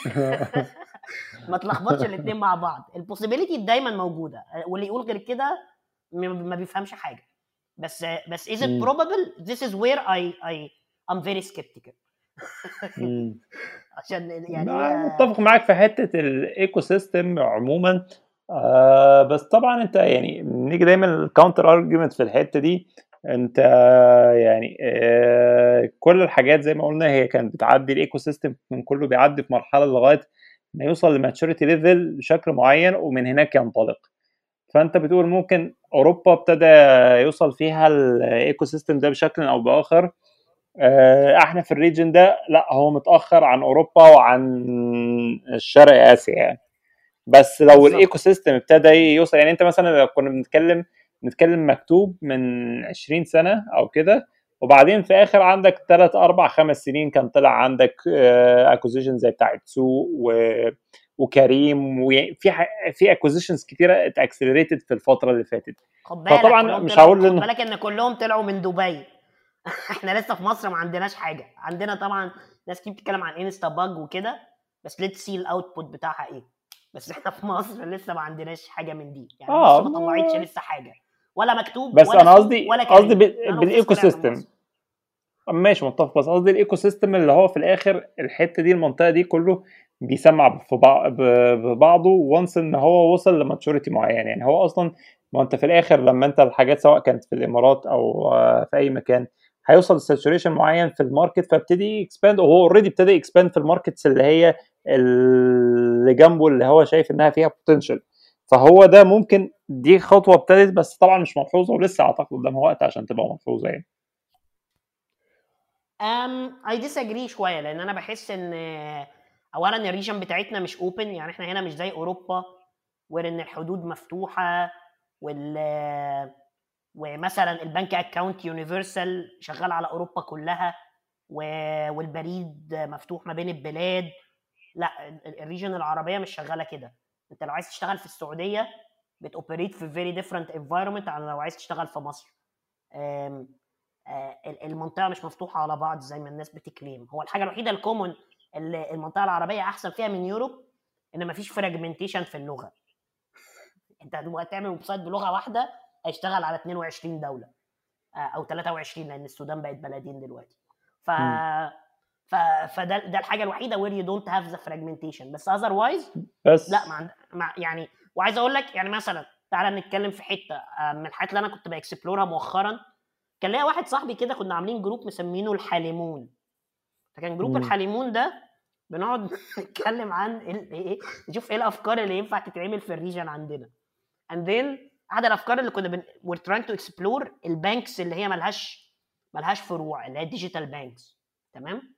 ما تلخبطش الاثنين مع بعض، البوسيبيليتي دايما موجوده، واللي يقول غير كده م- ما بيفهمش حاجه. بس بس is it مم. probable؟ this is where I I I'm very skeptical. مم. عشان يعني ما هي متفق معاك في حته الايكو سيستم عموما. آه بس طبعا انت يعني نيجي دايما الكاونتر ارجيومنت في الحته دي. انت يعني آه كل الحاجات زي ما قلنا هي كانت بتعدي، الايكو سيستم من كله بيعدي في مرحله لغايه ما يوصل لماتشوريتي ليفل بشكل معين، ومن هناك ينطلق. فانت بتقول ممكن اوروبا ابتدى يوصل فيها الايكو سيستم ده بشكل او باخر، آه، احنا في الريجن ده لا، هو متاخر عن اوروبا وعن الشرق اسيا يعني. بس لو بالظبط. الايكو سيستم ابتدى يوصل، يعني انت مثلا لو كنا بنتكلم نتكلم مكتوب من عشرين سنه او كده، وبعدين في اخر عندك ثلاث اربع خمس سنين كان طلع عندك اكوزيشن زي بتاعه سوق و وكريم، وفي ح... في اكوزيشنز كتيره اتاكسلريتد في الفتره اللي فاتت. خد بالك فطبعا كلهم مش طلعوا هقول خد انه بالك ان كلهم طلعوا من دبي. احنا لسه في مصر ما عندناش حاجه. عندنا طبعا ناس كتير بتتكلم عن انستا باج وكده، بس ليتس سي الاوتبوت بتاعها ايه. بس احنا في مصر لسه ما عندناش حاجه من دي، يعني اه مصر ما طلعتش لسه حاجه، ولا مكتوب بس ولا انا سوق قصدي ولا قصدي كريم. بال- none of this بالايكو طلع من سيستم. مصر. ماشي متفق، بس قصدي الايكو سيستم اللي هو في الاخر الحته دي المنطقه دي كله بيسمع في بعض ببعضه وانس ان هو وصل لماتشوريتي معين. يعني هو اصلا، ما انت في الاخر لما انت الحاجات سواء كانت في الامارات او آه، في اي مكان هيوصل لساتوريشن معين في الماركت، فابتدي اكسباند، وهو اوريدي ابتدى اكسباند في الماركتس اللي هي اللي جنبه اللي هو شايف انها فيها بوتنشال. فهو ده ممكن دي خطوه ابتدت، بس طبعا مش ملحوظه ولسه اعتقد قدامها وقت عشان تبقى ملحوظه يعني. ام اي ديساجري شويه، لان انا بحس ان اولا الريجن بتاعتنا مش اوبن. يعني احنا هنا مش زي اوروبا وان الحدود مفتوحه وال ومثلا البنك اكاونت يونيفرسال شغال على اوروبا كلها والبريد مفتوح ما بين البلاد. لا، الريجن العربيه مش شغاله كده. انت لو عايز تشتغل في السعوديه بتوبريت في فيري ديفرنت انفايرمنت عن لو عايز تشتغل في مصر. المنطقه مش مفتوحه على بعض زي ما الناس بتكليم. هو الحاجه الوحيده الكومن اللي المنطقه العربيه احسن فيها من يوروب ان مفيش فراجمنتيشن في اللغه. انت هتبقى تعمل ويب سايت بلغه واحده هيشتغل على اتنين وعشرين دوله او تلاتة وعشرين، لان السودان بقت بلدين دلوقتي. ف ف فده ده الحاجه الوحيده where you don't have the fragmentation. بس otherwise بس لا مع, مع يعني. وعايز اقول لك يعني مثلا تعالى نتكلم في حته من الحاجات اللي انا كنت باكسبلورها مؤخرا. كان ليا واحد صاحبي كده كنا عاملين جروب مسمينه الحالمون. فكان جروب مم. الحالمون ده بنقعد نتكلم عن ايه، نشوف ايه الافكار اللي ينفع تتعمل في الريجن عندنا. and then احد الافكار اللي كنا بن... we're trying to explore البانكس اللي هي ملهاش ملهاش فروع، اللي هي ديجيتال بانكس. تمام.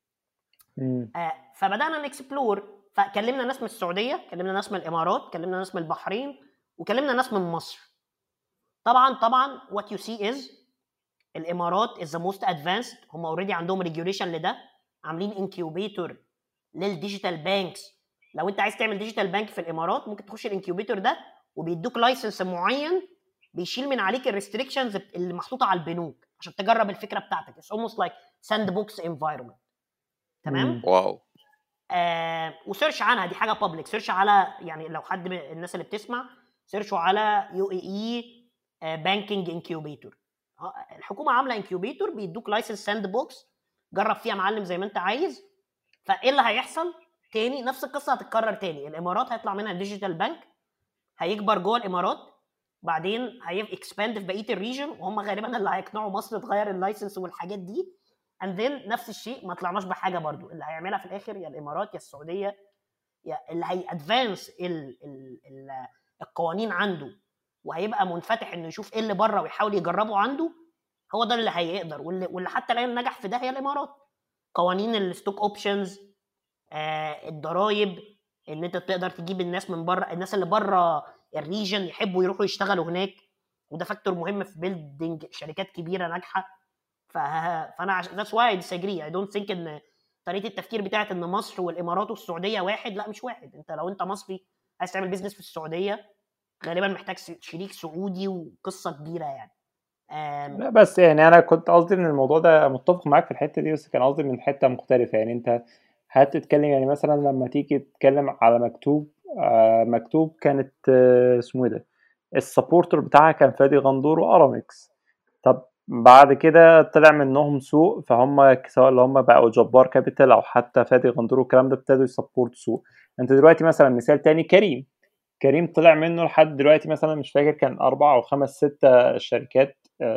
مم. آه فبدانا نكسبلور. فكلمنا ناس من السعوديه، كلمنا ناس من الامارات، كلمنا ناس من البحرين، وكلمنا ناس من مصر. طبعا طبعا what you see is الامارات is the most advanced. هم اوريدي عندهم ريجوليشن لده، عاملين انكيوبيتور للديجيتال بانكس. لو انت عايز تعمل ديجيتال بانك في الامارات ممكن تخش الانكيوبيتور ده وبيدوك لايسنس معين بيشيل من عليك الريستريكشنز اللي محطوطه على البنوك عشان تجرب الفكره بتاعتك. it's almost like sandbox environment. تمام. واو. آه وسيرش عنها، دي حاجه بابليك. سيرش على يعني لو حد من الناس اللي بتسمع سيرشوا على يو اي اي بانكينج انكيوبيتور. الحكومه عامله انكيوبيتور بيدوك لايسنس ساند بوكس، جرب فيها معلم زي ما انت عايز. فايه اللي هيحصل تاني؟ نفس القصه هتتكرر تاني. الامارات هيطلع منها ديجيتال بانك، هيكبر جوه الامارات، بعدين هيكسباند في بقيه الريجن، وهم غالبا اللي هيقنعوا مصر تغير اللايسنس والحاجات دي. اند ذن نفس الشيء ما طلعناش بحاجه برضو. اللي هيعملها في الاخر يا الامارات يا السعوديه، يا اللي هيادفانس ال ال ال القوانين عنده وهيبقى منفتح انه يشوف ايه اللي بره ويحاول يجربه عنده، هو ده اللي هيقدر. واللي, واللي حتى الان نجح في ده هي الامارات. قوانين الستوك اوبشنز، آه الضرايب، ان انت تقدر تجيب الناس من بره، الناس اللي بره الريجن يحبوا يروحوا يشتغلوا هناك، وده فاكتور مهم في بيلدينج شركات كبيره ناجحه. ف... فانا that's why I disagree. I don't think ان طريقه التفكير بتاعت ان مصر والامارات والسعوديه واحد. لا مش واحد. انت لو انت مصري عايز تعمل بيزنس في السعوديه غالبا محتاج شريك سعودي وقصه كبيره يعني. أم... لا بس يعني انا كنت قصدي ان الموضوع ده متفق معاك في الحته دي، بس كان قصدي من حته مختلفه. يعني انت هتتكلم يعني مثلا لما تيجي تتكلم على مكتوب، آه مكتوب كانت آه اسمه ايه ده، السبورتر بتاعها كان فادي غندور وارامكس. طب بعد كده طلع منهم سوق، فهم سواء اللي هم بقوا جبار كابيتال او حتى فادي غندور والكلام ده ابتدوا يسبورت سوق. انت دلوقتي مثلا مثال تاني كريم، كريم طلع منه لحد دلوقتي مثلا مش فاكر كان أربعة أو خمس ستة شركات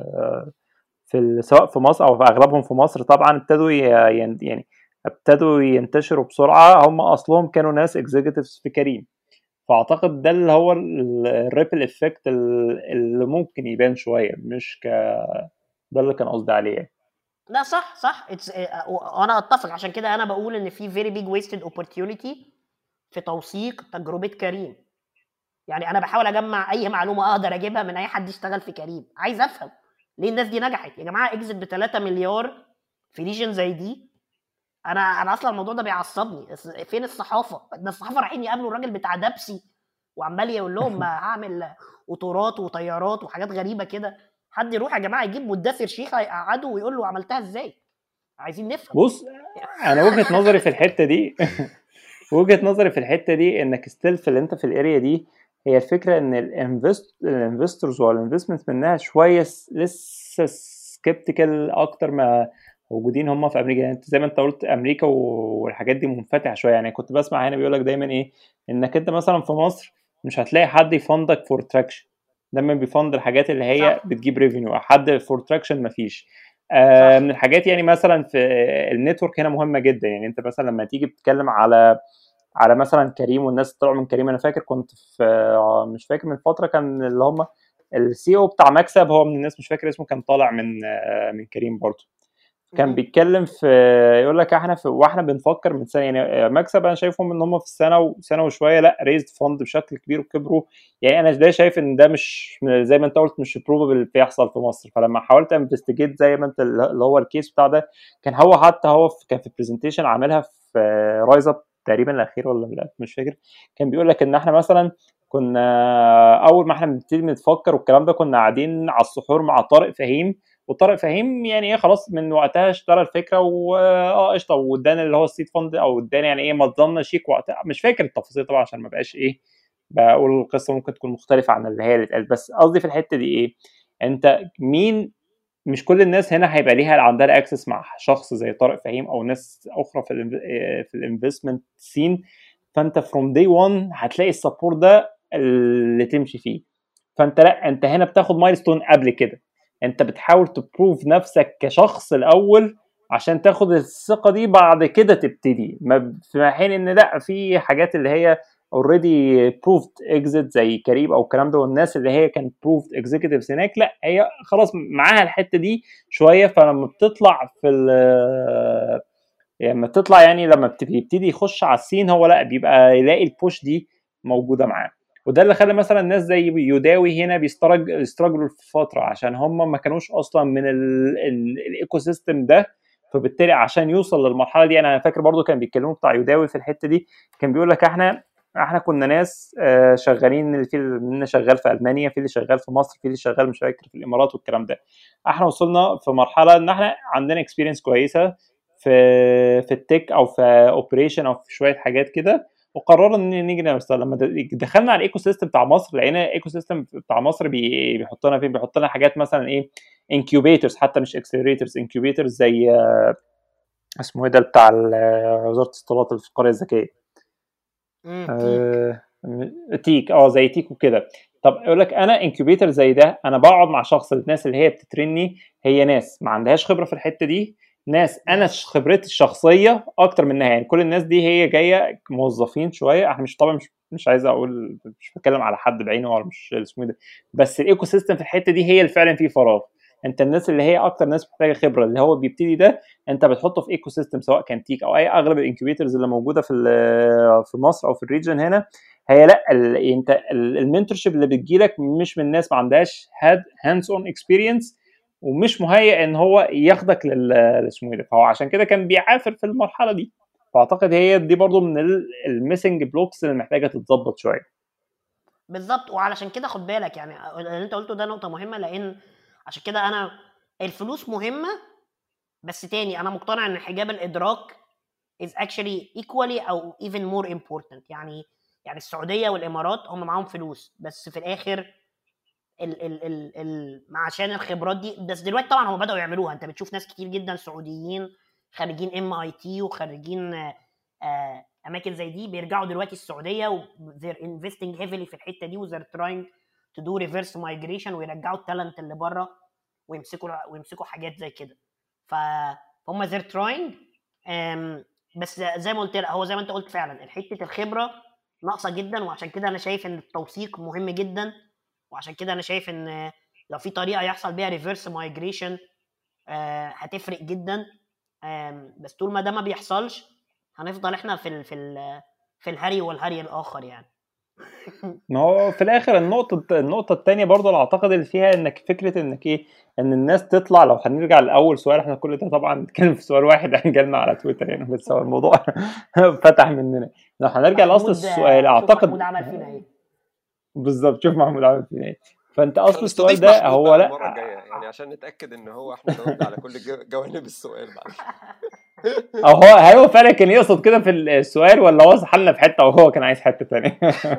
في سواء في مصر أو في أغلبهم في مصر طبعا ابتدوا يعني ابتدوا ينتشروا بسرعة. هم أصلهم كانوا ناس اكزيكتيفز في كريم. فأعتقد ده اللي هو الريبل افكت اللي ممكن يبان شوية، مش ك ده اللي كان قصدي عليه. لا صح صح. انا اتفق. عشان كده انا بقول ان في very big wasted opportunity في توثيق تجربه كريم. يعني انا بحاول اجمع اي معلومه اقدر اجيبها من اي حد يشتغل في كريم، عايز افهم ليه الناس دي نجحت يا جماعه. اكزت ب ثلاثة مليار في ريجن زي دي، انا انا اصلا الموضوع ده بيعصبني. فين الصحافه؟ ده الصحافه رايحين يقابلوا الراجل بتاع دبسي وعمال يقول لهم ما هعمل قطارات وطيارات وحاجات غريبه كده. حد يروح يا جماعه يجيب مدثر شيخه يقعده ويقول له عملتها ازاي، عايزين نفهم. بص انا وجهه نظري في الحته دي وجهه نظري في الحته دي انك ستيل في اللي انت في الاريا دي، هي الفكره ان الانفست الانفستورز والانفستمنت منها شويه لسه سكيبتيكال اكتر ما موجودين هم في امريكا. يعني انت زي ما انت قلت امريكا والحاجات دي منفتحه شويه. يعني كنت بسمع هنا بيقول لك دايما ايه، انك انت مثلا في مصر مش هتلاقي حد يفندك فور تراكشن، دايما بيفند الحاجات اللي هي صح. بتجيب ريفينيو. حد فور تراكشن مفيش. آه من الحاجات يعني مثلا في النتورك هنا مهمه جدا. يعني انت مثلا لما تيجي بتتكلم على على مثلا كريم والناس طلعوا من كريم، انا فاكر كنت في مش فاكر من فتره كان اللي هم السي او بتاع مكسب، هو من الناس مش فاكر اسمه، كان طالع من من كريم برضه. كان بيتكلم في يقول لك احنا في واحنا بنفكر من سنه. يعني مكسب انا شايفهم ان هم في السنه وسنه وشويه لا ريزد فند بشكل كبير وكبروا. يعني انا ده شايف ان ده مش زي ما انت قلت مش بروبابل بيحصل في مصر. فلما حاولت انفستيجيت زي ما انت اللي هو الكيس بتاع ده، كان هو حتى هو كان في برزنتيشن عاملها في رايز اب تقريبا الاخير ولا لا مش فاكر، كان بيقول لك ان احنا مثلا كنا اول ما احنا بنبتدي نفكر والكلام ده كنا قاعدين على السحور مع طارق فهيم، وطارق فهيم يعني ايه خلاص من وقتها اشترى الفكره واه قشطه وادانا اللي هو السيد فند او ادانا يعني ايه مضمنا شيك وقتها. مش فاكر التفاصيل طبعا عشان ما بقاش ايه بقول القصه ممكن تكون مختلفه عن اللي هي اللي اتقالت. بس قصدي في الحته دي ايه، انت مين، مش كل الناس هنا هيبقى ليها عندها اكسس مع شخص زي طارق فهيم او ناس اخرى في ال في الانفستمنت سين. فانت فروم داي واحد هتلاقي السبورت ده اللي تمشي فيه. فانت لا انت هنا بتاخد مايلستون قبل كده، انت بتحاول تبروف نفسك كشخص الاول عشان تاخد الثقه دي بعد كده تبتدي. في حين ان لا في حاجات اللي هي اوريدي بروفد اكزيت زي كريم او الكلام ده، والناس اللي هي كانت بروفد اكزيكتيفز هناك لا هي خلاص معاها الحته دي شويه. فلما بتطلع في يعني لما بتطلع يعني لما بيبتدي يخش على السين هو لا بيبقى يلاقي البوش دي موجوده معاه. وده اللي خلى مثلا الناس زي يداوي هنا بيستراجلوا في فتره عشان هم ما كانوش اصلا من الايكو سيستم ده. فبالتالي عشان يوصل للمرحله دي، انا فاكر برضو كان بيتكلموا بتاع يداوي في الحته دي، كان بيقول لك احنا احنا كنا ناس شغالين، اللي في اللي شغال في المانيا، في اللي شغال في مصر، في اللي شغال مش فاكر في الامارات والكلام ده. احنا وصلنا في مرحله ان احنا عندنا اكسبيرينس كويسه في في التك او في اوبريشن او في شويه حاجات كده، وقررنا ان نيجي نشتغل. لما دخلنا على الايكو سيستم بتاع مصر لقينا الايكو سيستم بتاع مصر بي بيحطنا فين، بيحط لنا حاجات مثلا ايه انكيوبيتورز، حتى مش اكسلريتورز، انكيوبيتورز زي اسمه ايه ده بتاع وزاره الاتصالات اللي في القريه الذكيه، آه تيك اه زي تيك وكده. طب يقول لك انا انكيوبيتور زي ده انا بقعد مع شخص، الناس اللي هي بتترني هي ناس ما عندهاش خبره في الحته دي، ناس انا خبرتي الشخصيه اكتر منها. يعني كل الناس دي هي جايه موظفين شويه، احنا مش طبعا مش مش عايز اقول مش بتكلم على حد بعينه ولا مش اسمه ده، بس الايكو سيستم في الحته دي هي اللي فعلا فيه فراغ. انت الناس اللي هي اكتر ناس محتاجه خبره اللي هو بيبتدي ده انت بتحطه في ايكو سيستم سواء كان تيك او اي اغلب الانكيوبيتورز اللي موجوده في في مصر او في الريجن هنا. هي لا انت المنتورشيب اللي بتجيلك مش من ناس ما عندهاش هاد هاندز اون اكسبيرينس ومش مهيئ ان هو ياخدك لاسمه ده. فهو عشان كده كان بيعافر في المرحله دي. فاعتقد هي دي برضو من الميسنج بلوكس اللي محتاجه تتظبط شويه. بالظبط. وعلشان كده خد بالك يعني اللي انت قلته ده نقطه مهمه، لان عشان كده انا الفلوس مهمه، بس تاني انا مقتنع ان حجاب الادراك is actually equally او even more important. يعني يعني السعوديه والامارات هم معاهم فلوس، بس في الاخر ال ال ال ال عشان الخبرات دي. بس دلوقتي طبعا هم بداوا يعملوها، انت بتشوف ناس كتير جدا سعوديين خارجين ام اي تي وخارجين آه اماكن زي دي بيرجعوا دلوقتي السعوديه و they're investing heavily في الحته دي و they're trying to do reverse migration ويرجعوا التالنت اللي بره ويمسكوا ويمسكوا حاجات زي كده. فهم they're trying. بس زي ما قلت لك هو زي ما انت قلت فعلا الحته الخبره ناقصه جدا، وعشان كده انا شايف ان التوثيق مهم جدا، وعشان كده انا شايف ان لو في طريقه يحصل بيها ريفرس مايجريشن هتفرق جدا. بس طول ما ده ما بيحصلش هنفضل احنا في ال في ال في الهري والهري الاخر يعني. ما هو في الاخر النقطه النقطه الثانيه برضه اللي اعتقد اللي فيها انك فكره انك ايه ان الناس تطلع. لو هنرجع لاول سؤال، احنا كل ده طبعا نتكلم في سؤال واحد جالنا على تويتر يعني، بس هو الموضوع فتح مننا. لو هنرجع لاصل محمود السؤال آه، شوف محمود اعتقد عمل فينا ايه. بالظبط، شوف محمود عمل فينا ايه. فانت احنا اصل السؤال نستضيف ده محمود هو بقى لا المره الجايه يعني عشان نتاكد ان هو احنا جاوبنا على كل جو- جوانب السؤال بعد. او هو هل هو فعلا كان يقصد كده في السؤال، ولا هو سحلنا في حته وهو كان عايز حته تانية؟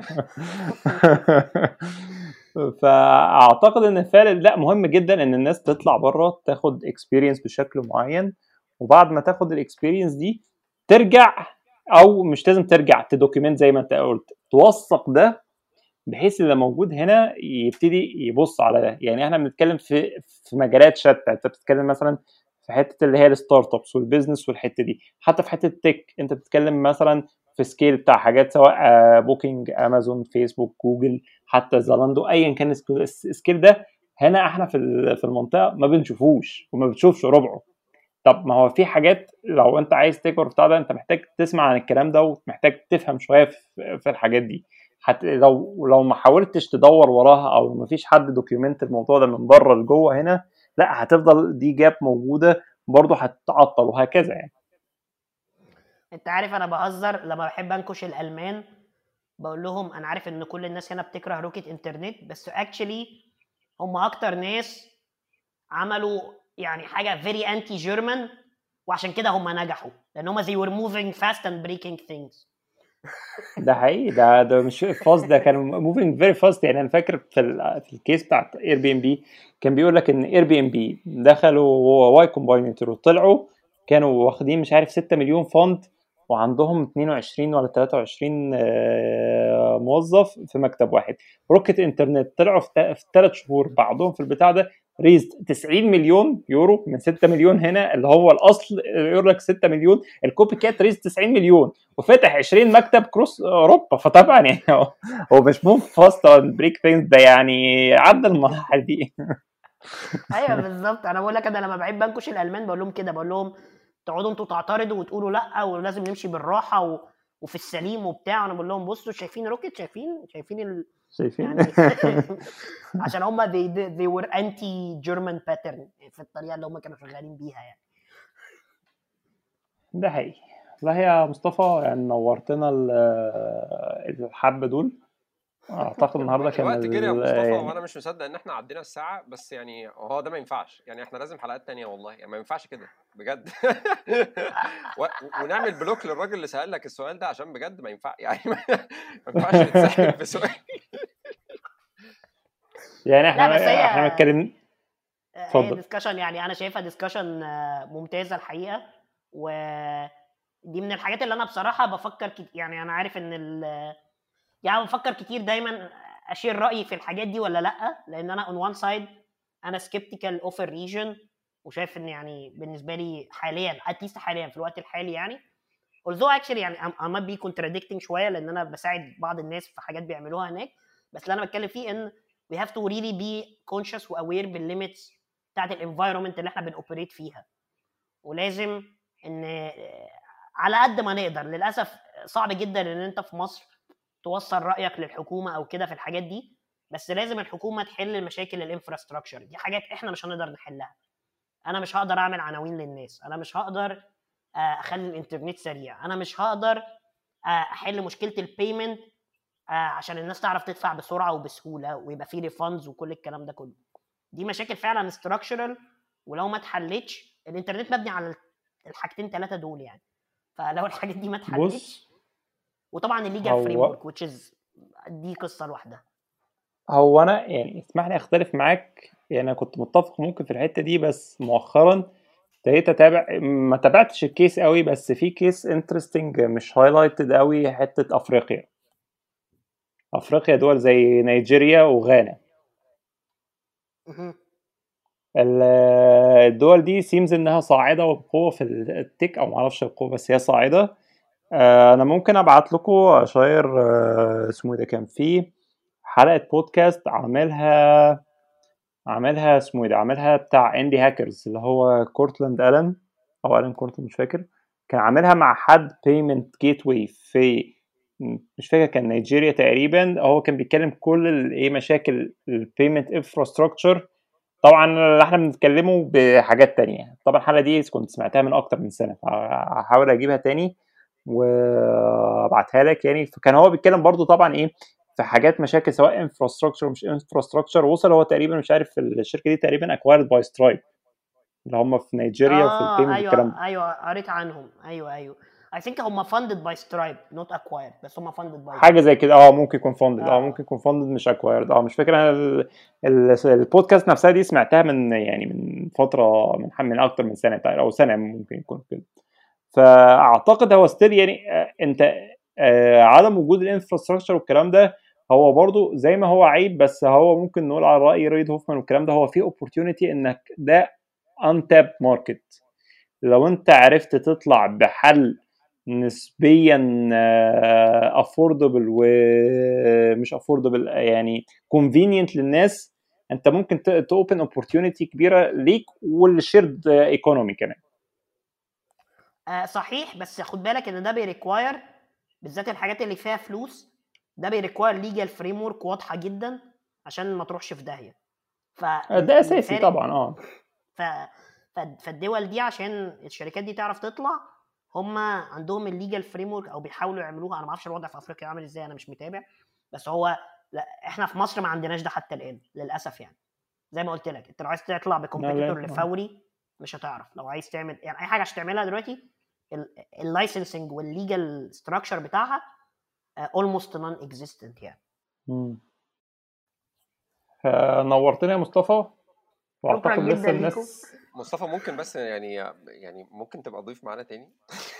فاعتقد ان فعلا لا، مهم جدا ان الناس تطلع بره تاخد اكسبيرينس بشكل معين، وبعد ما تاخد الاكسبيرينس دي ترجع، او مش لازم ترجع، تدوكيمنت زي ما انت قلت، توثق ده بحيث اللي موجود هنا يبتدي يبص على ده. يعني احنا بنتكلم في في مجالات شتى. انت بتتكلم مثلا في حته اللي هي الستارت ابس والبيزنس والحته دي، حتى في حته التك انت بتتكلم مثلا في سكيل بتاع حاجات سواء بوكينج، امازون، فيسبوك، جوجل، حتى زالاندو، ايا كان السكيل ده. هنا احنا في في المنطقه ما بنشوفوش وما بتشوفش ربعه. طب ما هو في حاجات لو انت عايز تكبر بتاع ده انت محتاج تسمع عن الكلام ده، ومحتاج تفهم شويه في, في الحاجات دي. حتى لو لو ما حاولتش تدور وراها، او ما فيش حد دوكيومنت الموضوع ده من بره لجوه هنا، لا هتفضل دي جاب موجوده برضه، هتتعطل وهكذا يعني. انت عارف انا بهزر لما بحب انكش الالمان، بقول لهم انا عارف ان كل الناس هنا بتكره روكيت انترنت، بس اكشلي هم اكتر ناس عملوا يعني حاجه فيري انتي جيرمان، وعشان كده هم نجحوا لان هم they were moving fast and breaking things. ده حقيقي، ده ده مش فاست، ده كان موفينج فيري فاست. يعني انا فاكر في ال في الكيس بتاعت اير بي ام بي كان بيقول لك ان اير بي ام بي دخلوا واي كومباينتر وطلعوا كانوا واخدين مش عارف ستة مليون فند، وعندهم اتنين وعشرين ولا تلاتة وعشرين آه، موظف في مكتب واحد. روكيت انترنت طلعوا في ثلاث شهور بعضهم في البتاع ده ريزد تسعين مليون يورو من ستة مليون هنا، اللي هو الاصل يقول لك ستة مليون، الكوبي كات ريزد تسعين مليون، وفتح عشرين مكتب كروس اوروبا. فطبعا يعني هو هو مش موف فاست بريك ثينجز ده، يعني عدى المراحل دي. ايوه بالظبط. انا بقول لك انا لما بحب انكش الالمان بقول لهم كده، بقول لهم تقعدوا انتوا تعترضوا وتقولوا لا ولازم نمشي بالراحه و... وفي السليم وبتاع، انا بقول لهم بصوا شايفين روكيت، شايفين شايفين ال... شايفين يعني عشان هم they, they were anti German pattern في الطريقه اللي هم كانوا شغالين بيها يعني. ده حقيقي. والله يا مصطفى يعني نورتنا الحبة دول. اعتقد النهارده كان الوقت جري يا ال- مصطفى، يعني وانا مش مصدق ان احنا عدينا الساعه، بس يعني هو ده ما ينفعش يعني، احنا لازم حلقات تانية والله يعني، ما ينفعش كده بجد. و... ونعمل بلوك للراجل اللي سأل لك السؤال ده عشان بجد ما ينفع يعني. ما ينفعش نتسحل في سؤال. يعني لا بس احنا احنا هي بنتكلم. هي اتفضل. ديسكشن يعني انا شايفها ديسكشن ممتازه الحقيقه، ودي من الحاجات اللي انا بصراحه بفكر كت... يعني انا عارف ان ال... يعني بفكر كتير دايما اشير رايي في الحاجات دي ولا لا، لان انا on one side انا skeptical of a region، وشايف ان يعني بالنسبه لي حاليا at least حاليا في الوقت الحالي يعني although actually يعني I'm, I might be contradicting شويه لان انا بساعد بعض الناس في حاجات بيعملوها هناك، بس اللي انا بتكلم فيه ان we have to really be conscious و aware بالlimits بتاعت الانفايرمنت اللي احنا بنوبريت فيها، ولازم ان على قد ما نقدر. للاسف صعب جدا ان انت في مصر توصل رايك للحكومه او كده في الحاجات دي، بس لازم الحكومه تحل مشاكل الانفراستراكشر دي، حاجات احنا مش هنقدر نحلها. انا مش هقدر اعمل عناوين للناس، انا مش هقدر اخلي الانترنت سريع، انا مش هقدر احل مشكله البيمنت عشان الناس تعرف تدفع بسرعه وبسهوله ويبقى فيه ريفاندز وكل الكلام ده كله. دي مشاكل فعلا ستراكشرال، ولو ما اتحلتش الانترنت مبني على الحاجتين ثلاثه دول يعني، فلو الحاجات دي ما اتحلتش، بص وطبعا الليجال فريم هو ورك which is دي قصه لوحدها. هو انا يعني اسمح لي اختلف معاك. يعني انا كنت متفق ممكن في الحته دي، بس مؤخرا ابتديت اتابع، ما تابعتش الكيس قوي، بس في كيس انترستنج مش هايلايتد قوي، حته افريقيا. افريقيا دول زي نيجيريا وغانا، الدول دي سيمز انها صاعده وبقوه في التك، او معرفش القوه بس هي صاعده. انا ممكن ابعت لكم اشير اسمه ده، كان في حلقه بودكاست عاملها عاملها اسمه ده عاملها بتاع اندي هاكرز اللي هو كورتلاند الن او الن كورتلاند مش فاكر، كان عاملها مع حد بيمنت جيت واي في مش فاكر كان نيجيريا تقريبا. هو كان بيتكلم كل الايه مشاكل البيمنت انفراستراكشر. طبعا اللي احنا بنتكلمه بحاجات تانية. طبعا الحلقه دي كنت سمعتها من اكتر من سنه، فهحاول اجيبها تاني وابعتها لك يعني. فكان هو بيتكلم برضو طبعا ايه في حاجات مشاكل سواء انفراستراكشر مش انفراستراكشر. وصل هو تقريبا مش عارف الشركه دي تقريبا اكوايرد باي سترايب اللي هم في نيجيريا وفي اه البيمنت والكلام ده. ايوه ايوه قريت عنهم. ايوه ايوه I think هم funded by Stripe not acquired بس هم funded by حاجه زي كده. اه ممكن يكون فاندد. اه اه ممكن يكون فاندد مش اكوايرد. اه مش فاكر. انا ال- ال- البودكاست نفسها دي سمعتها من يعني من فتره من من اكتر من سنه او سنه ممكن يكون كده. فاعتقد هو ستيل يعني آه، انت آه، عدم وجود الانفراستراكشر والكلام ده هو برضو زي ما هو عيب، بس هو ممكن نقول على راي ريد هوفمان والكلام ده هو فيه اوبورتيونيتي انك ده انتاب ماركت. لو انت عرفت تطلع بحل نسبيا افوردبل ومش افوردبل يعني convenient للناس، انت ممكن تopen opportunity كبيره ليك والشيرد ايكونومي كمان. آه صحيح، بس خد بالك ان ده بيريكواير بالذات الحاجات اللي فيها فلوس، ده بيريكواير ليجال فريم ورك واضحه جدا عشان ما تروحش في داهيه. ده اساسي فالفارق طبعا. اه ف... ف- فالدول دي عشان الشركات دي تعرف تطلع هم عندهم الليجال فريم ورك او بيحاولوا يعملوها. انا ما اعرفش الوضع في افريقيا عامل ازاي، انا مش متابع، بس هو لا احنا في مصر ما عندناش ده حتى الان للاسف. يعني زي ما قلت لك انت لو عايز تطلع لا بكومبيتيتور لا لفوري مش هتعرف. لو عايز تعمل يعني اي حاجه عشان تعملها دلوقتي اللايسنسنج والليجال ستراكشر بتاعها اولموست نون اكزيستنت يعني. مم. نورتني يا مصطفى. شكرا واعتقد لسه جدا ليكم. الناس مصطفى ممكن بس يعني يعني ممكن تبقى ضيف معانا تاني.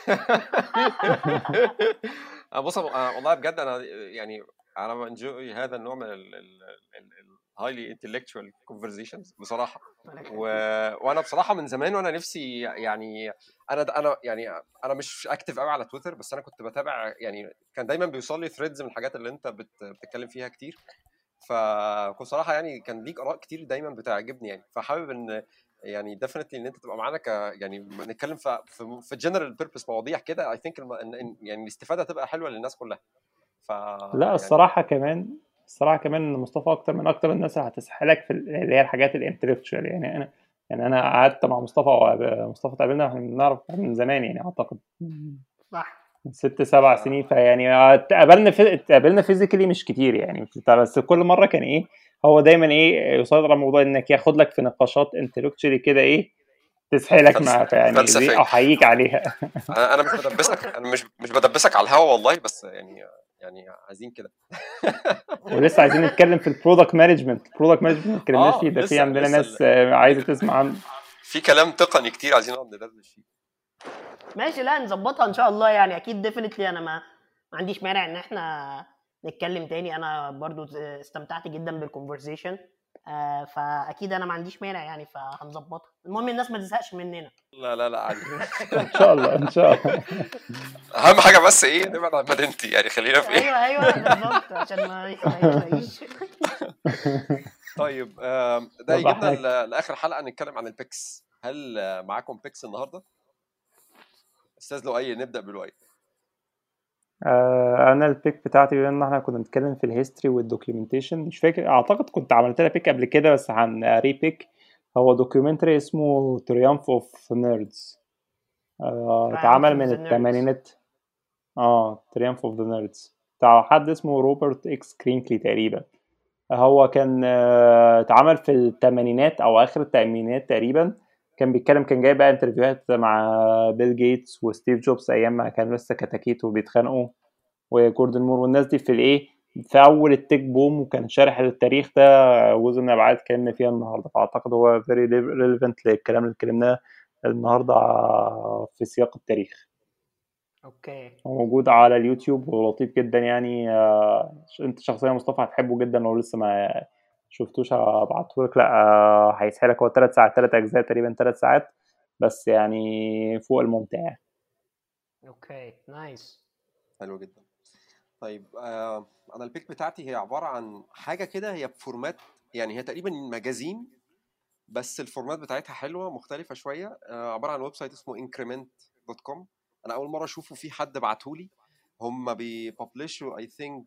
أنا بص أنا والله بجد انا يعني انا بنجوي هذا النوع من ال ال ال highly intellectual conversations بصراحه. و... وانا بصراحه من زمان وانا نفسي يعني انا انا يعني انا مش اكتف قوي على تويتر، بس انا كنت بتابع يعني كان دايما بيوصل لي ثريدز من الحاجات اللي انت بت... بتتكلم فيها كتير. فكنت صراحه يعني كان ليك اراء كتير دايما بتعجبني يعني، فحابب ان يعني ديفينتلي ان انت تبقى معانا ك يعني نتكلم في في, في جنرال بيربس مواضيع كده. اي ثينك يعني الاستفاده تبقى حلوه للناس كلها. ف لا يعني الصراحه كمان الصراحه كمان مصطفى اكتر من اكتر الناس اللي هتسحلك في اللي هي الحاجات الانتلكتشوال. يعني انا يعني انا قعدت مع مصطفى مصطفى تقابلنا احنا بنعرف من زمان يعني اعتقد صح من ست سبع ف... سنين. فيعني اتقابلنا في... اتقابلنا فيزيكالي مش كتير يعني بتاع، بس كل مره كان ايه هو دايما ايه يسيطر على الموضوع انك ياخد لك في نقاشات انتلكتشوالي كده ايه تسحلك فلس... معاه. فيعني دي فلسفيه. احييك عليها. انا أنا مش بدبسك انا مش مش بدبسك على الهوا والله، بس يعني يعني عايزين كده. ولسه عايزين نتكلم في البرودكت مانجمنت. البرودكت مانجمنت ما اتكلمناش فيه. اه ده في لسه عندنا لسه ناس آه، عايزه تسمع عنه. في كلام تقني كتير عايزين نقعد ندردش فيه. ماشي، لا نظبطها ان شاء الله يعني. اكيد ديفينتلي انا ما ما عنديش مانع ان احنا نتكلم تاني. انا برضو استمتعت جدا بالكونفرسيشن آه فاكيد انا ما عنديش مانع يعني، فهنظبطها. المهم الناس ما تزهقش مننا. لا لا لا عادي. ان شاء الله ان شاء الله. اهم حاجه بس ايه نبعد عن مدينتي يعني، خلينا في ايه. ايوه ايوه بالظبط عشان ما ما يلاقيش. طيب آم، ده طب يجيبنا احنا ل- لاخر حلقه نتكلم عن البيكس. هل آه، معاكم بيكس النهارده؟ استاذ لؤي نبدا بلؤي. آه، انا البيك بتاعتي بما ان احنا كنا بنتكلم في الهيستوري والدوكيومنتيشن مش فاكر اعتقد كنت عملت لها بيك قبل كده بس هن ريبيك. هو دوكيومنتري اسمه تريامف اوف نيردز. Triumph اتعمل of من the Nerds. الثمانينات. اه تريامف اوف ذا نيردز بتاع حد اسمه روبرت اكس كرينكلي تقريبا. هو كان آه، اتعمل في الثمانينات او اخر الثمانينات تقريبا. كان بيتكلم كان جاي بقى انترفيوهات مع بيل جيتس وستيف جوبز ايام ما كانوا لسه كتاكيت وبيتخانقوا وجوردن مور والناس دي في الايه في اول التك بوم. وكان شارح التاريخ ده جزء من الابعاد كان فيها النهارده. فاعتقد هو فيري ريليفنت للكلام اللي اتكلمناه النهارده في سياق التاريخ. اوكي هو موجود على اليوتيوب ولطيف جدا يعني. آه، انت شخصيا مصطفى هتحبه جدا لو لسه ما شفتوش هبعته لك. لا آه، هيسحلك. هو ثلاث ساعات ثلاث اجزاء تقريبا ثلاث ساعات بس يعني فوق الممتع. اوكي نايس. حلو جدا. طيب آه انا البيك بتاعتي هي عباره عن حاجه كده، هي بفورمات يعني هي تقريبا ماجازين، بس الفورمات بتاعتها حلوه مختلفه شويه. آه عباره عن ويب سايت اسمه increment دوت كوم. انا اول مره اشوفه في حد بعتهولي. هم بيببلشوا اي ثينك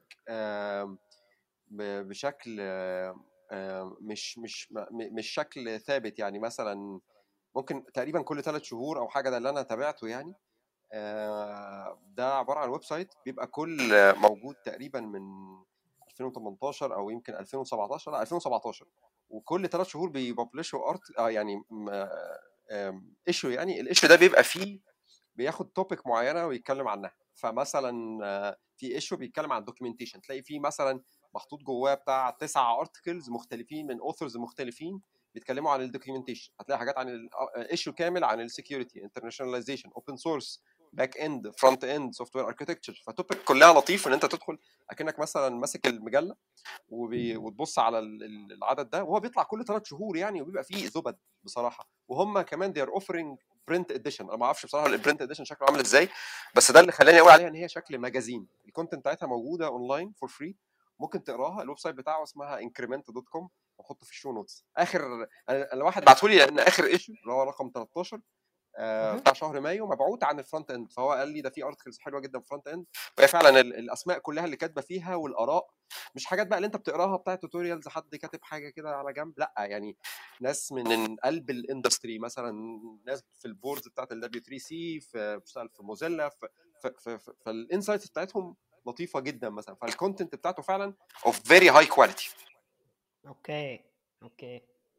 بشكل آه، آه، مش مش م- مش شكل ثابت، يعني مثلا ممكن تقريبا كل ثلاث شهور او حاجه، ده اللي انا تابعته يعني. آه، ده عباره عن ويب سايت بيبقى كل موجود تقريبا من ألفين وتمنتاشر او يمكن ألفين وسبعتاشر، لا ألفين وسبعتاشر، وكل ثلاث شهور بيببلشوا ارت اه يعني ايشو، يعني الايشو ده بيبقى فيه بياخد توبيك معينه ويتكلم عنها. فمثلا آه، في ايشو بيتكلم عن دوكيومنتيشن، تلاقي فيه مثلا محطوط جواه بتاع تسع ارتكلز مختلفين من اوثرز مختلفين بيتكلموا عن الدوكيومنتيشن. هتلاقي حاجات عن الايشو كامل عن السكيورتي، انترناشوناليزيشن، اوبن سورس، باك اند، فرونت اند، سوفت وير اركتكتشر. فتوبيك كلها لطيف ان انت تدخل اكنك مثلا ماسك المجله وبي... وتبص على ال- العدد ده، وهو بيطلع كل ثلاث شهور يعني، وبيبقى فيه زبد بصراحه. وهم كمان they are offering print edition. انا ما اعرفش بصراحه البرنت اديشن شكله عامل ازاي، بس ده اللي خلاني اقول عليها ان هي شكل ماجازين. الكونتنت بتاعتها موجوده اونلاين فور فري، ممكن تقراها. الويب سايت بتاعه اسمها انكريمنت دوت كوم، هحطه في الشو نوتس. اخر انا الواحد بعته لي لان اخر ايشو اللي هو رقم تلتاشر آه، بتاع شهر مايو مبعوث عن الفرونت اند، فهو قال لي ده في ارتكلز حلوه جدا في الفرونت اند، وهي فعلا ال- الاسماء كلها اللي كاتبه فيها والاراء مش حاجات بقى اللي انت بتقراها بتاعه توتوريالز حد كاتب حاجه كده على جنب، لا يعني ناس من قلب الاندستري، مثلا ناس في البوردز بتاعه ال دبليو ثري سي، في بتشتغل في موزيلا، فالانسايتس بتاعتهم لطيفه جدا مثلا. فالكونتنت بتاعته فعلا اوف فيري هاي كواليتي. اوكي اوكي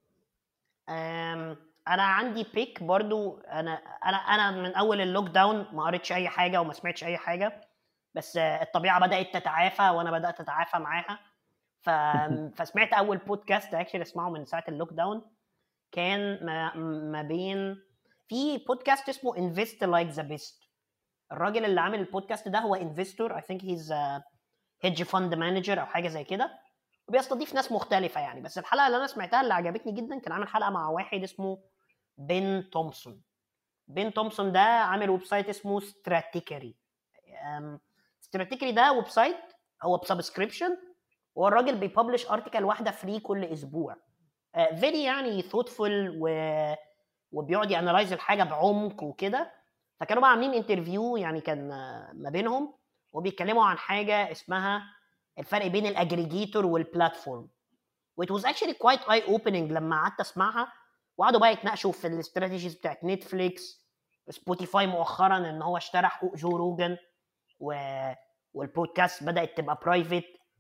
أم انا عندي بيك برضو. انا انا انا من اول اللوك داون ما قريتش اي حاجه وما سمعتش اي حاجه، بس الطبيعه بدات تتعافى وانا بدات اتعافى معاها. ف... فسمعت اول بودكاست اكشلي اسمعه من ساعه اللوك داون، كان ما, ما بين في بودكاست اسمه انفست لايك ذا بيست. الراجل اللي عامل البودكاست ده هو انفستور، اي ثينك هيز هيدج فاند مانجر او حاجه زي كده، وبيستضيف ناس مختلفه يعني. بس الحلقه اللي انا سمعتها اللي عجبتني جدا كان عامل حلقه مع واحد اسمه بين تومسون. بين تومسون ده عامل ويب سايت اسمه ستراتيكري. ستراتيكري ده ويب سايت هو بسبسكريبشن، هو الراجل بيببلش ارتكل واحده فري كل اسبوع، فيري يعني ثوتفول و وبيقعد يانلايز الحاجه بعمق وكده. فكانوا بقى عاملين انترفيو يعني كان ما بينهم، وبيتكلموا عن حاجه اسمها الفرق بين الاجريجيتور والبلاتفورم. which was actually quite eye opening لما قعدت اسمعها. وقعدوا بقى يتناقشوا في الاستراتيجيز بتاعت نتفليكس، سبوتيفاي مؤخرا ان هو اشترى حقوق جو روجن، و... والبودكاست بدات تبقى برايفت.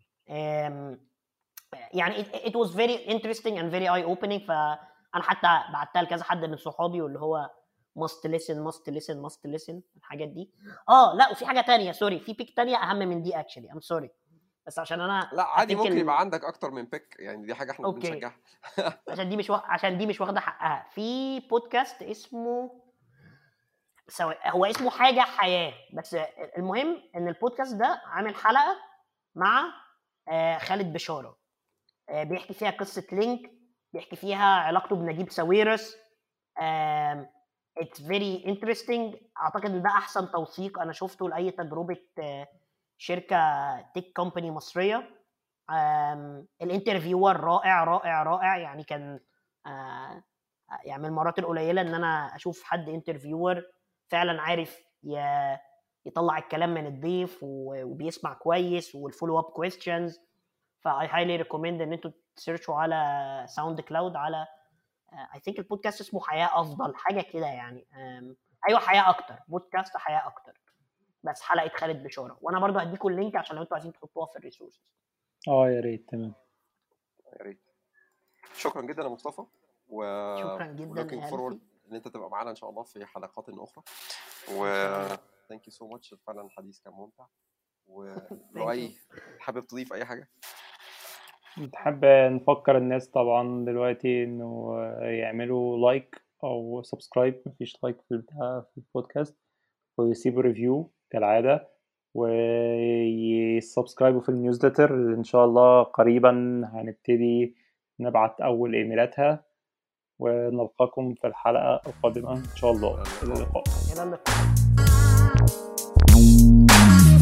يعني it, it was very interesting and very eye opening. فانا حتى بعتها لكذا حد من صحابي، واللي هو must listen must listen must listen الحاجات دي. اه لا، وفي حاجه تانية سوري، في بيك تانية اهم من دي actually I'm sorry، بس عشان انا لا عادي ممكن ال... يبقى عندك اكتر من بيك يعني، دي حاجه احنا أوكي. بنشجعها. عشان دي مش و... عشان دي مش واخده حقها. في بودكاست اسمه سو... هو اسمه حاجه حياه، بس المهم ان البودكاست ده عامل حلقه مع آه خالد بشاره، آه بيحكي فيها قصه لينك، بيحكي فيها علاقته بنجيب ساويرس. آه it's very interesting. اعتقد ان ده احسن توثيق انا شفته لاي تجربه آه شركه تيك كومباني مصريه. الانترفيور رائع رائع رائع يعني. كان آه يعني من المرات القليله ان انا اشوف حد انترفيور فعلا عارف يطلع الكلام من الضيف وبيسمع كويس، والفولو اب كويستشنز. فاي هايلي ريكومند ان انتوا تسيرشوا على ساوند كلاود على اي ثينك البودكاست اسمه حياه افضل حاجه كده يعني. ايوه حياه اكتر، بودكاست حياه اكتر، بس حلقه خالد بشاره. وانا برضو هديكم اللينك عشان لو انتوا عايزين تحطوها في الريسورسز. اه يا ريت. تمام يا ريت. شكرا جدا يا مصطفى، و شكرا جدا looking يا forward ألفي. ان انت تبقى معانا ان شاء الله في حلقات اخرى. و thank you so much، فعلا الحديث كان ممتع. ولو اي حابب تضيف اي حاجه؟ نحب نفكر الناس طبعا دلوقتي انه يعملوا لايك او سبسكرايب، مفيش لايك في في البودكاست، ويسيبوا ريفيو كالعاده، ويسبسكرايبوا في النيوزلتر اللي ان شاء الله قريبا هنبتدي نبعت اول ايميلاتها. ونلقاكم في الحلقه القادمه ان شاء الله. الى اللقاء. الى اللقاء.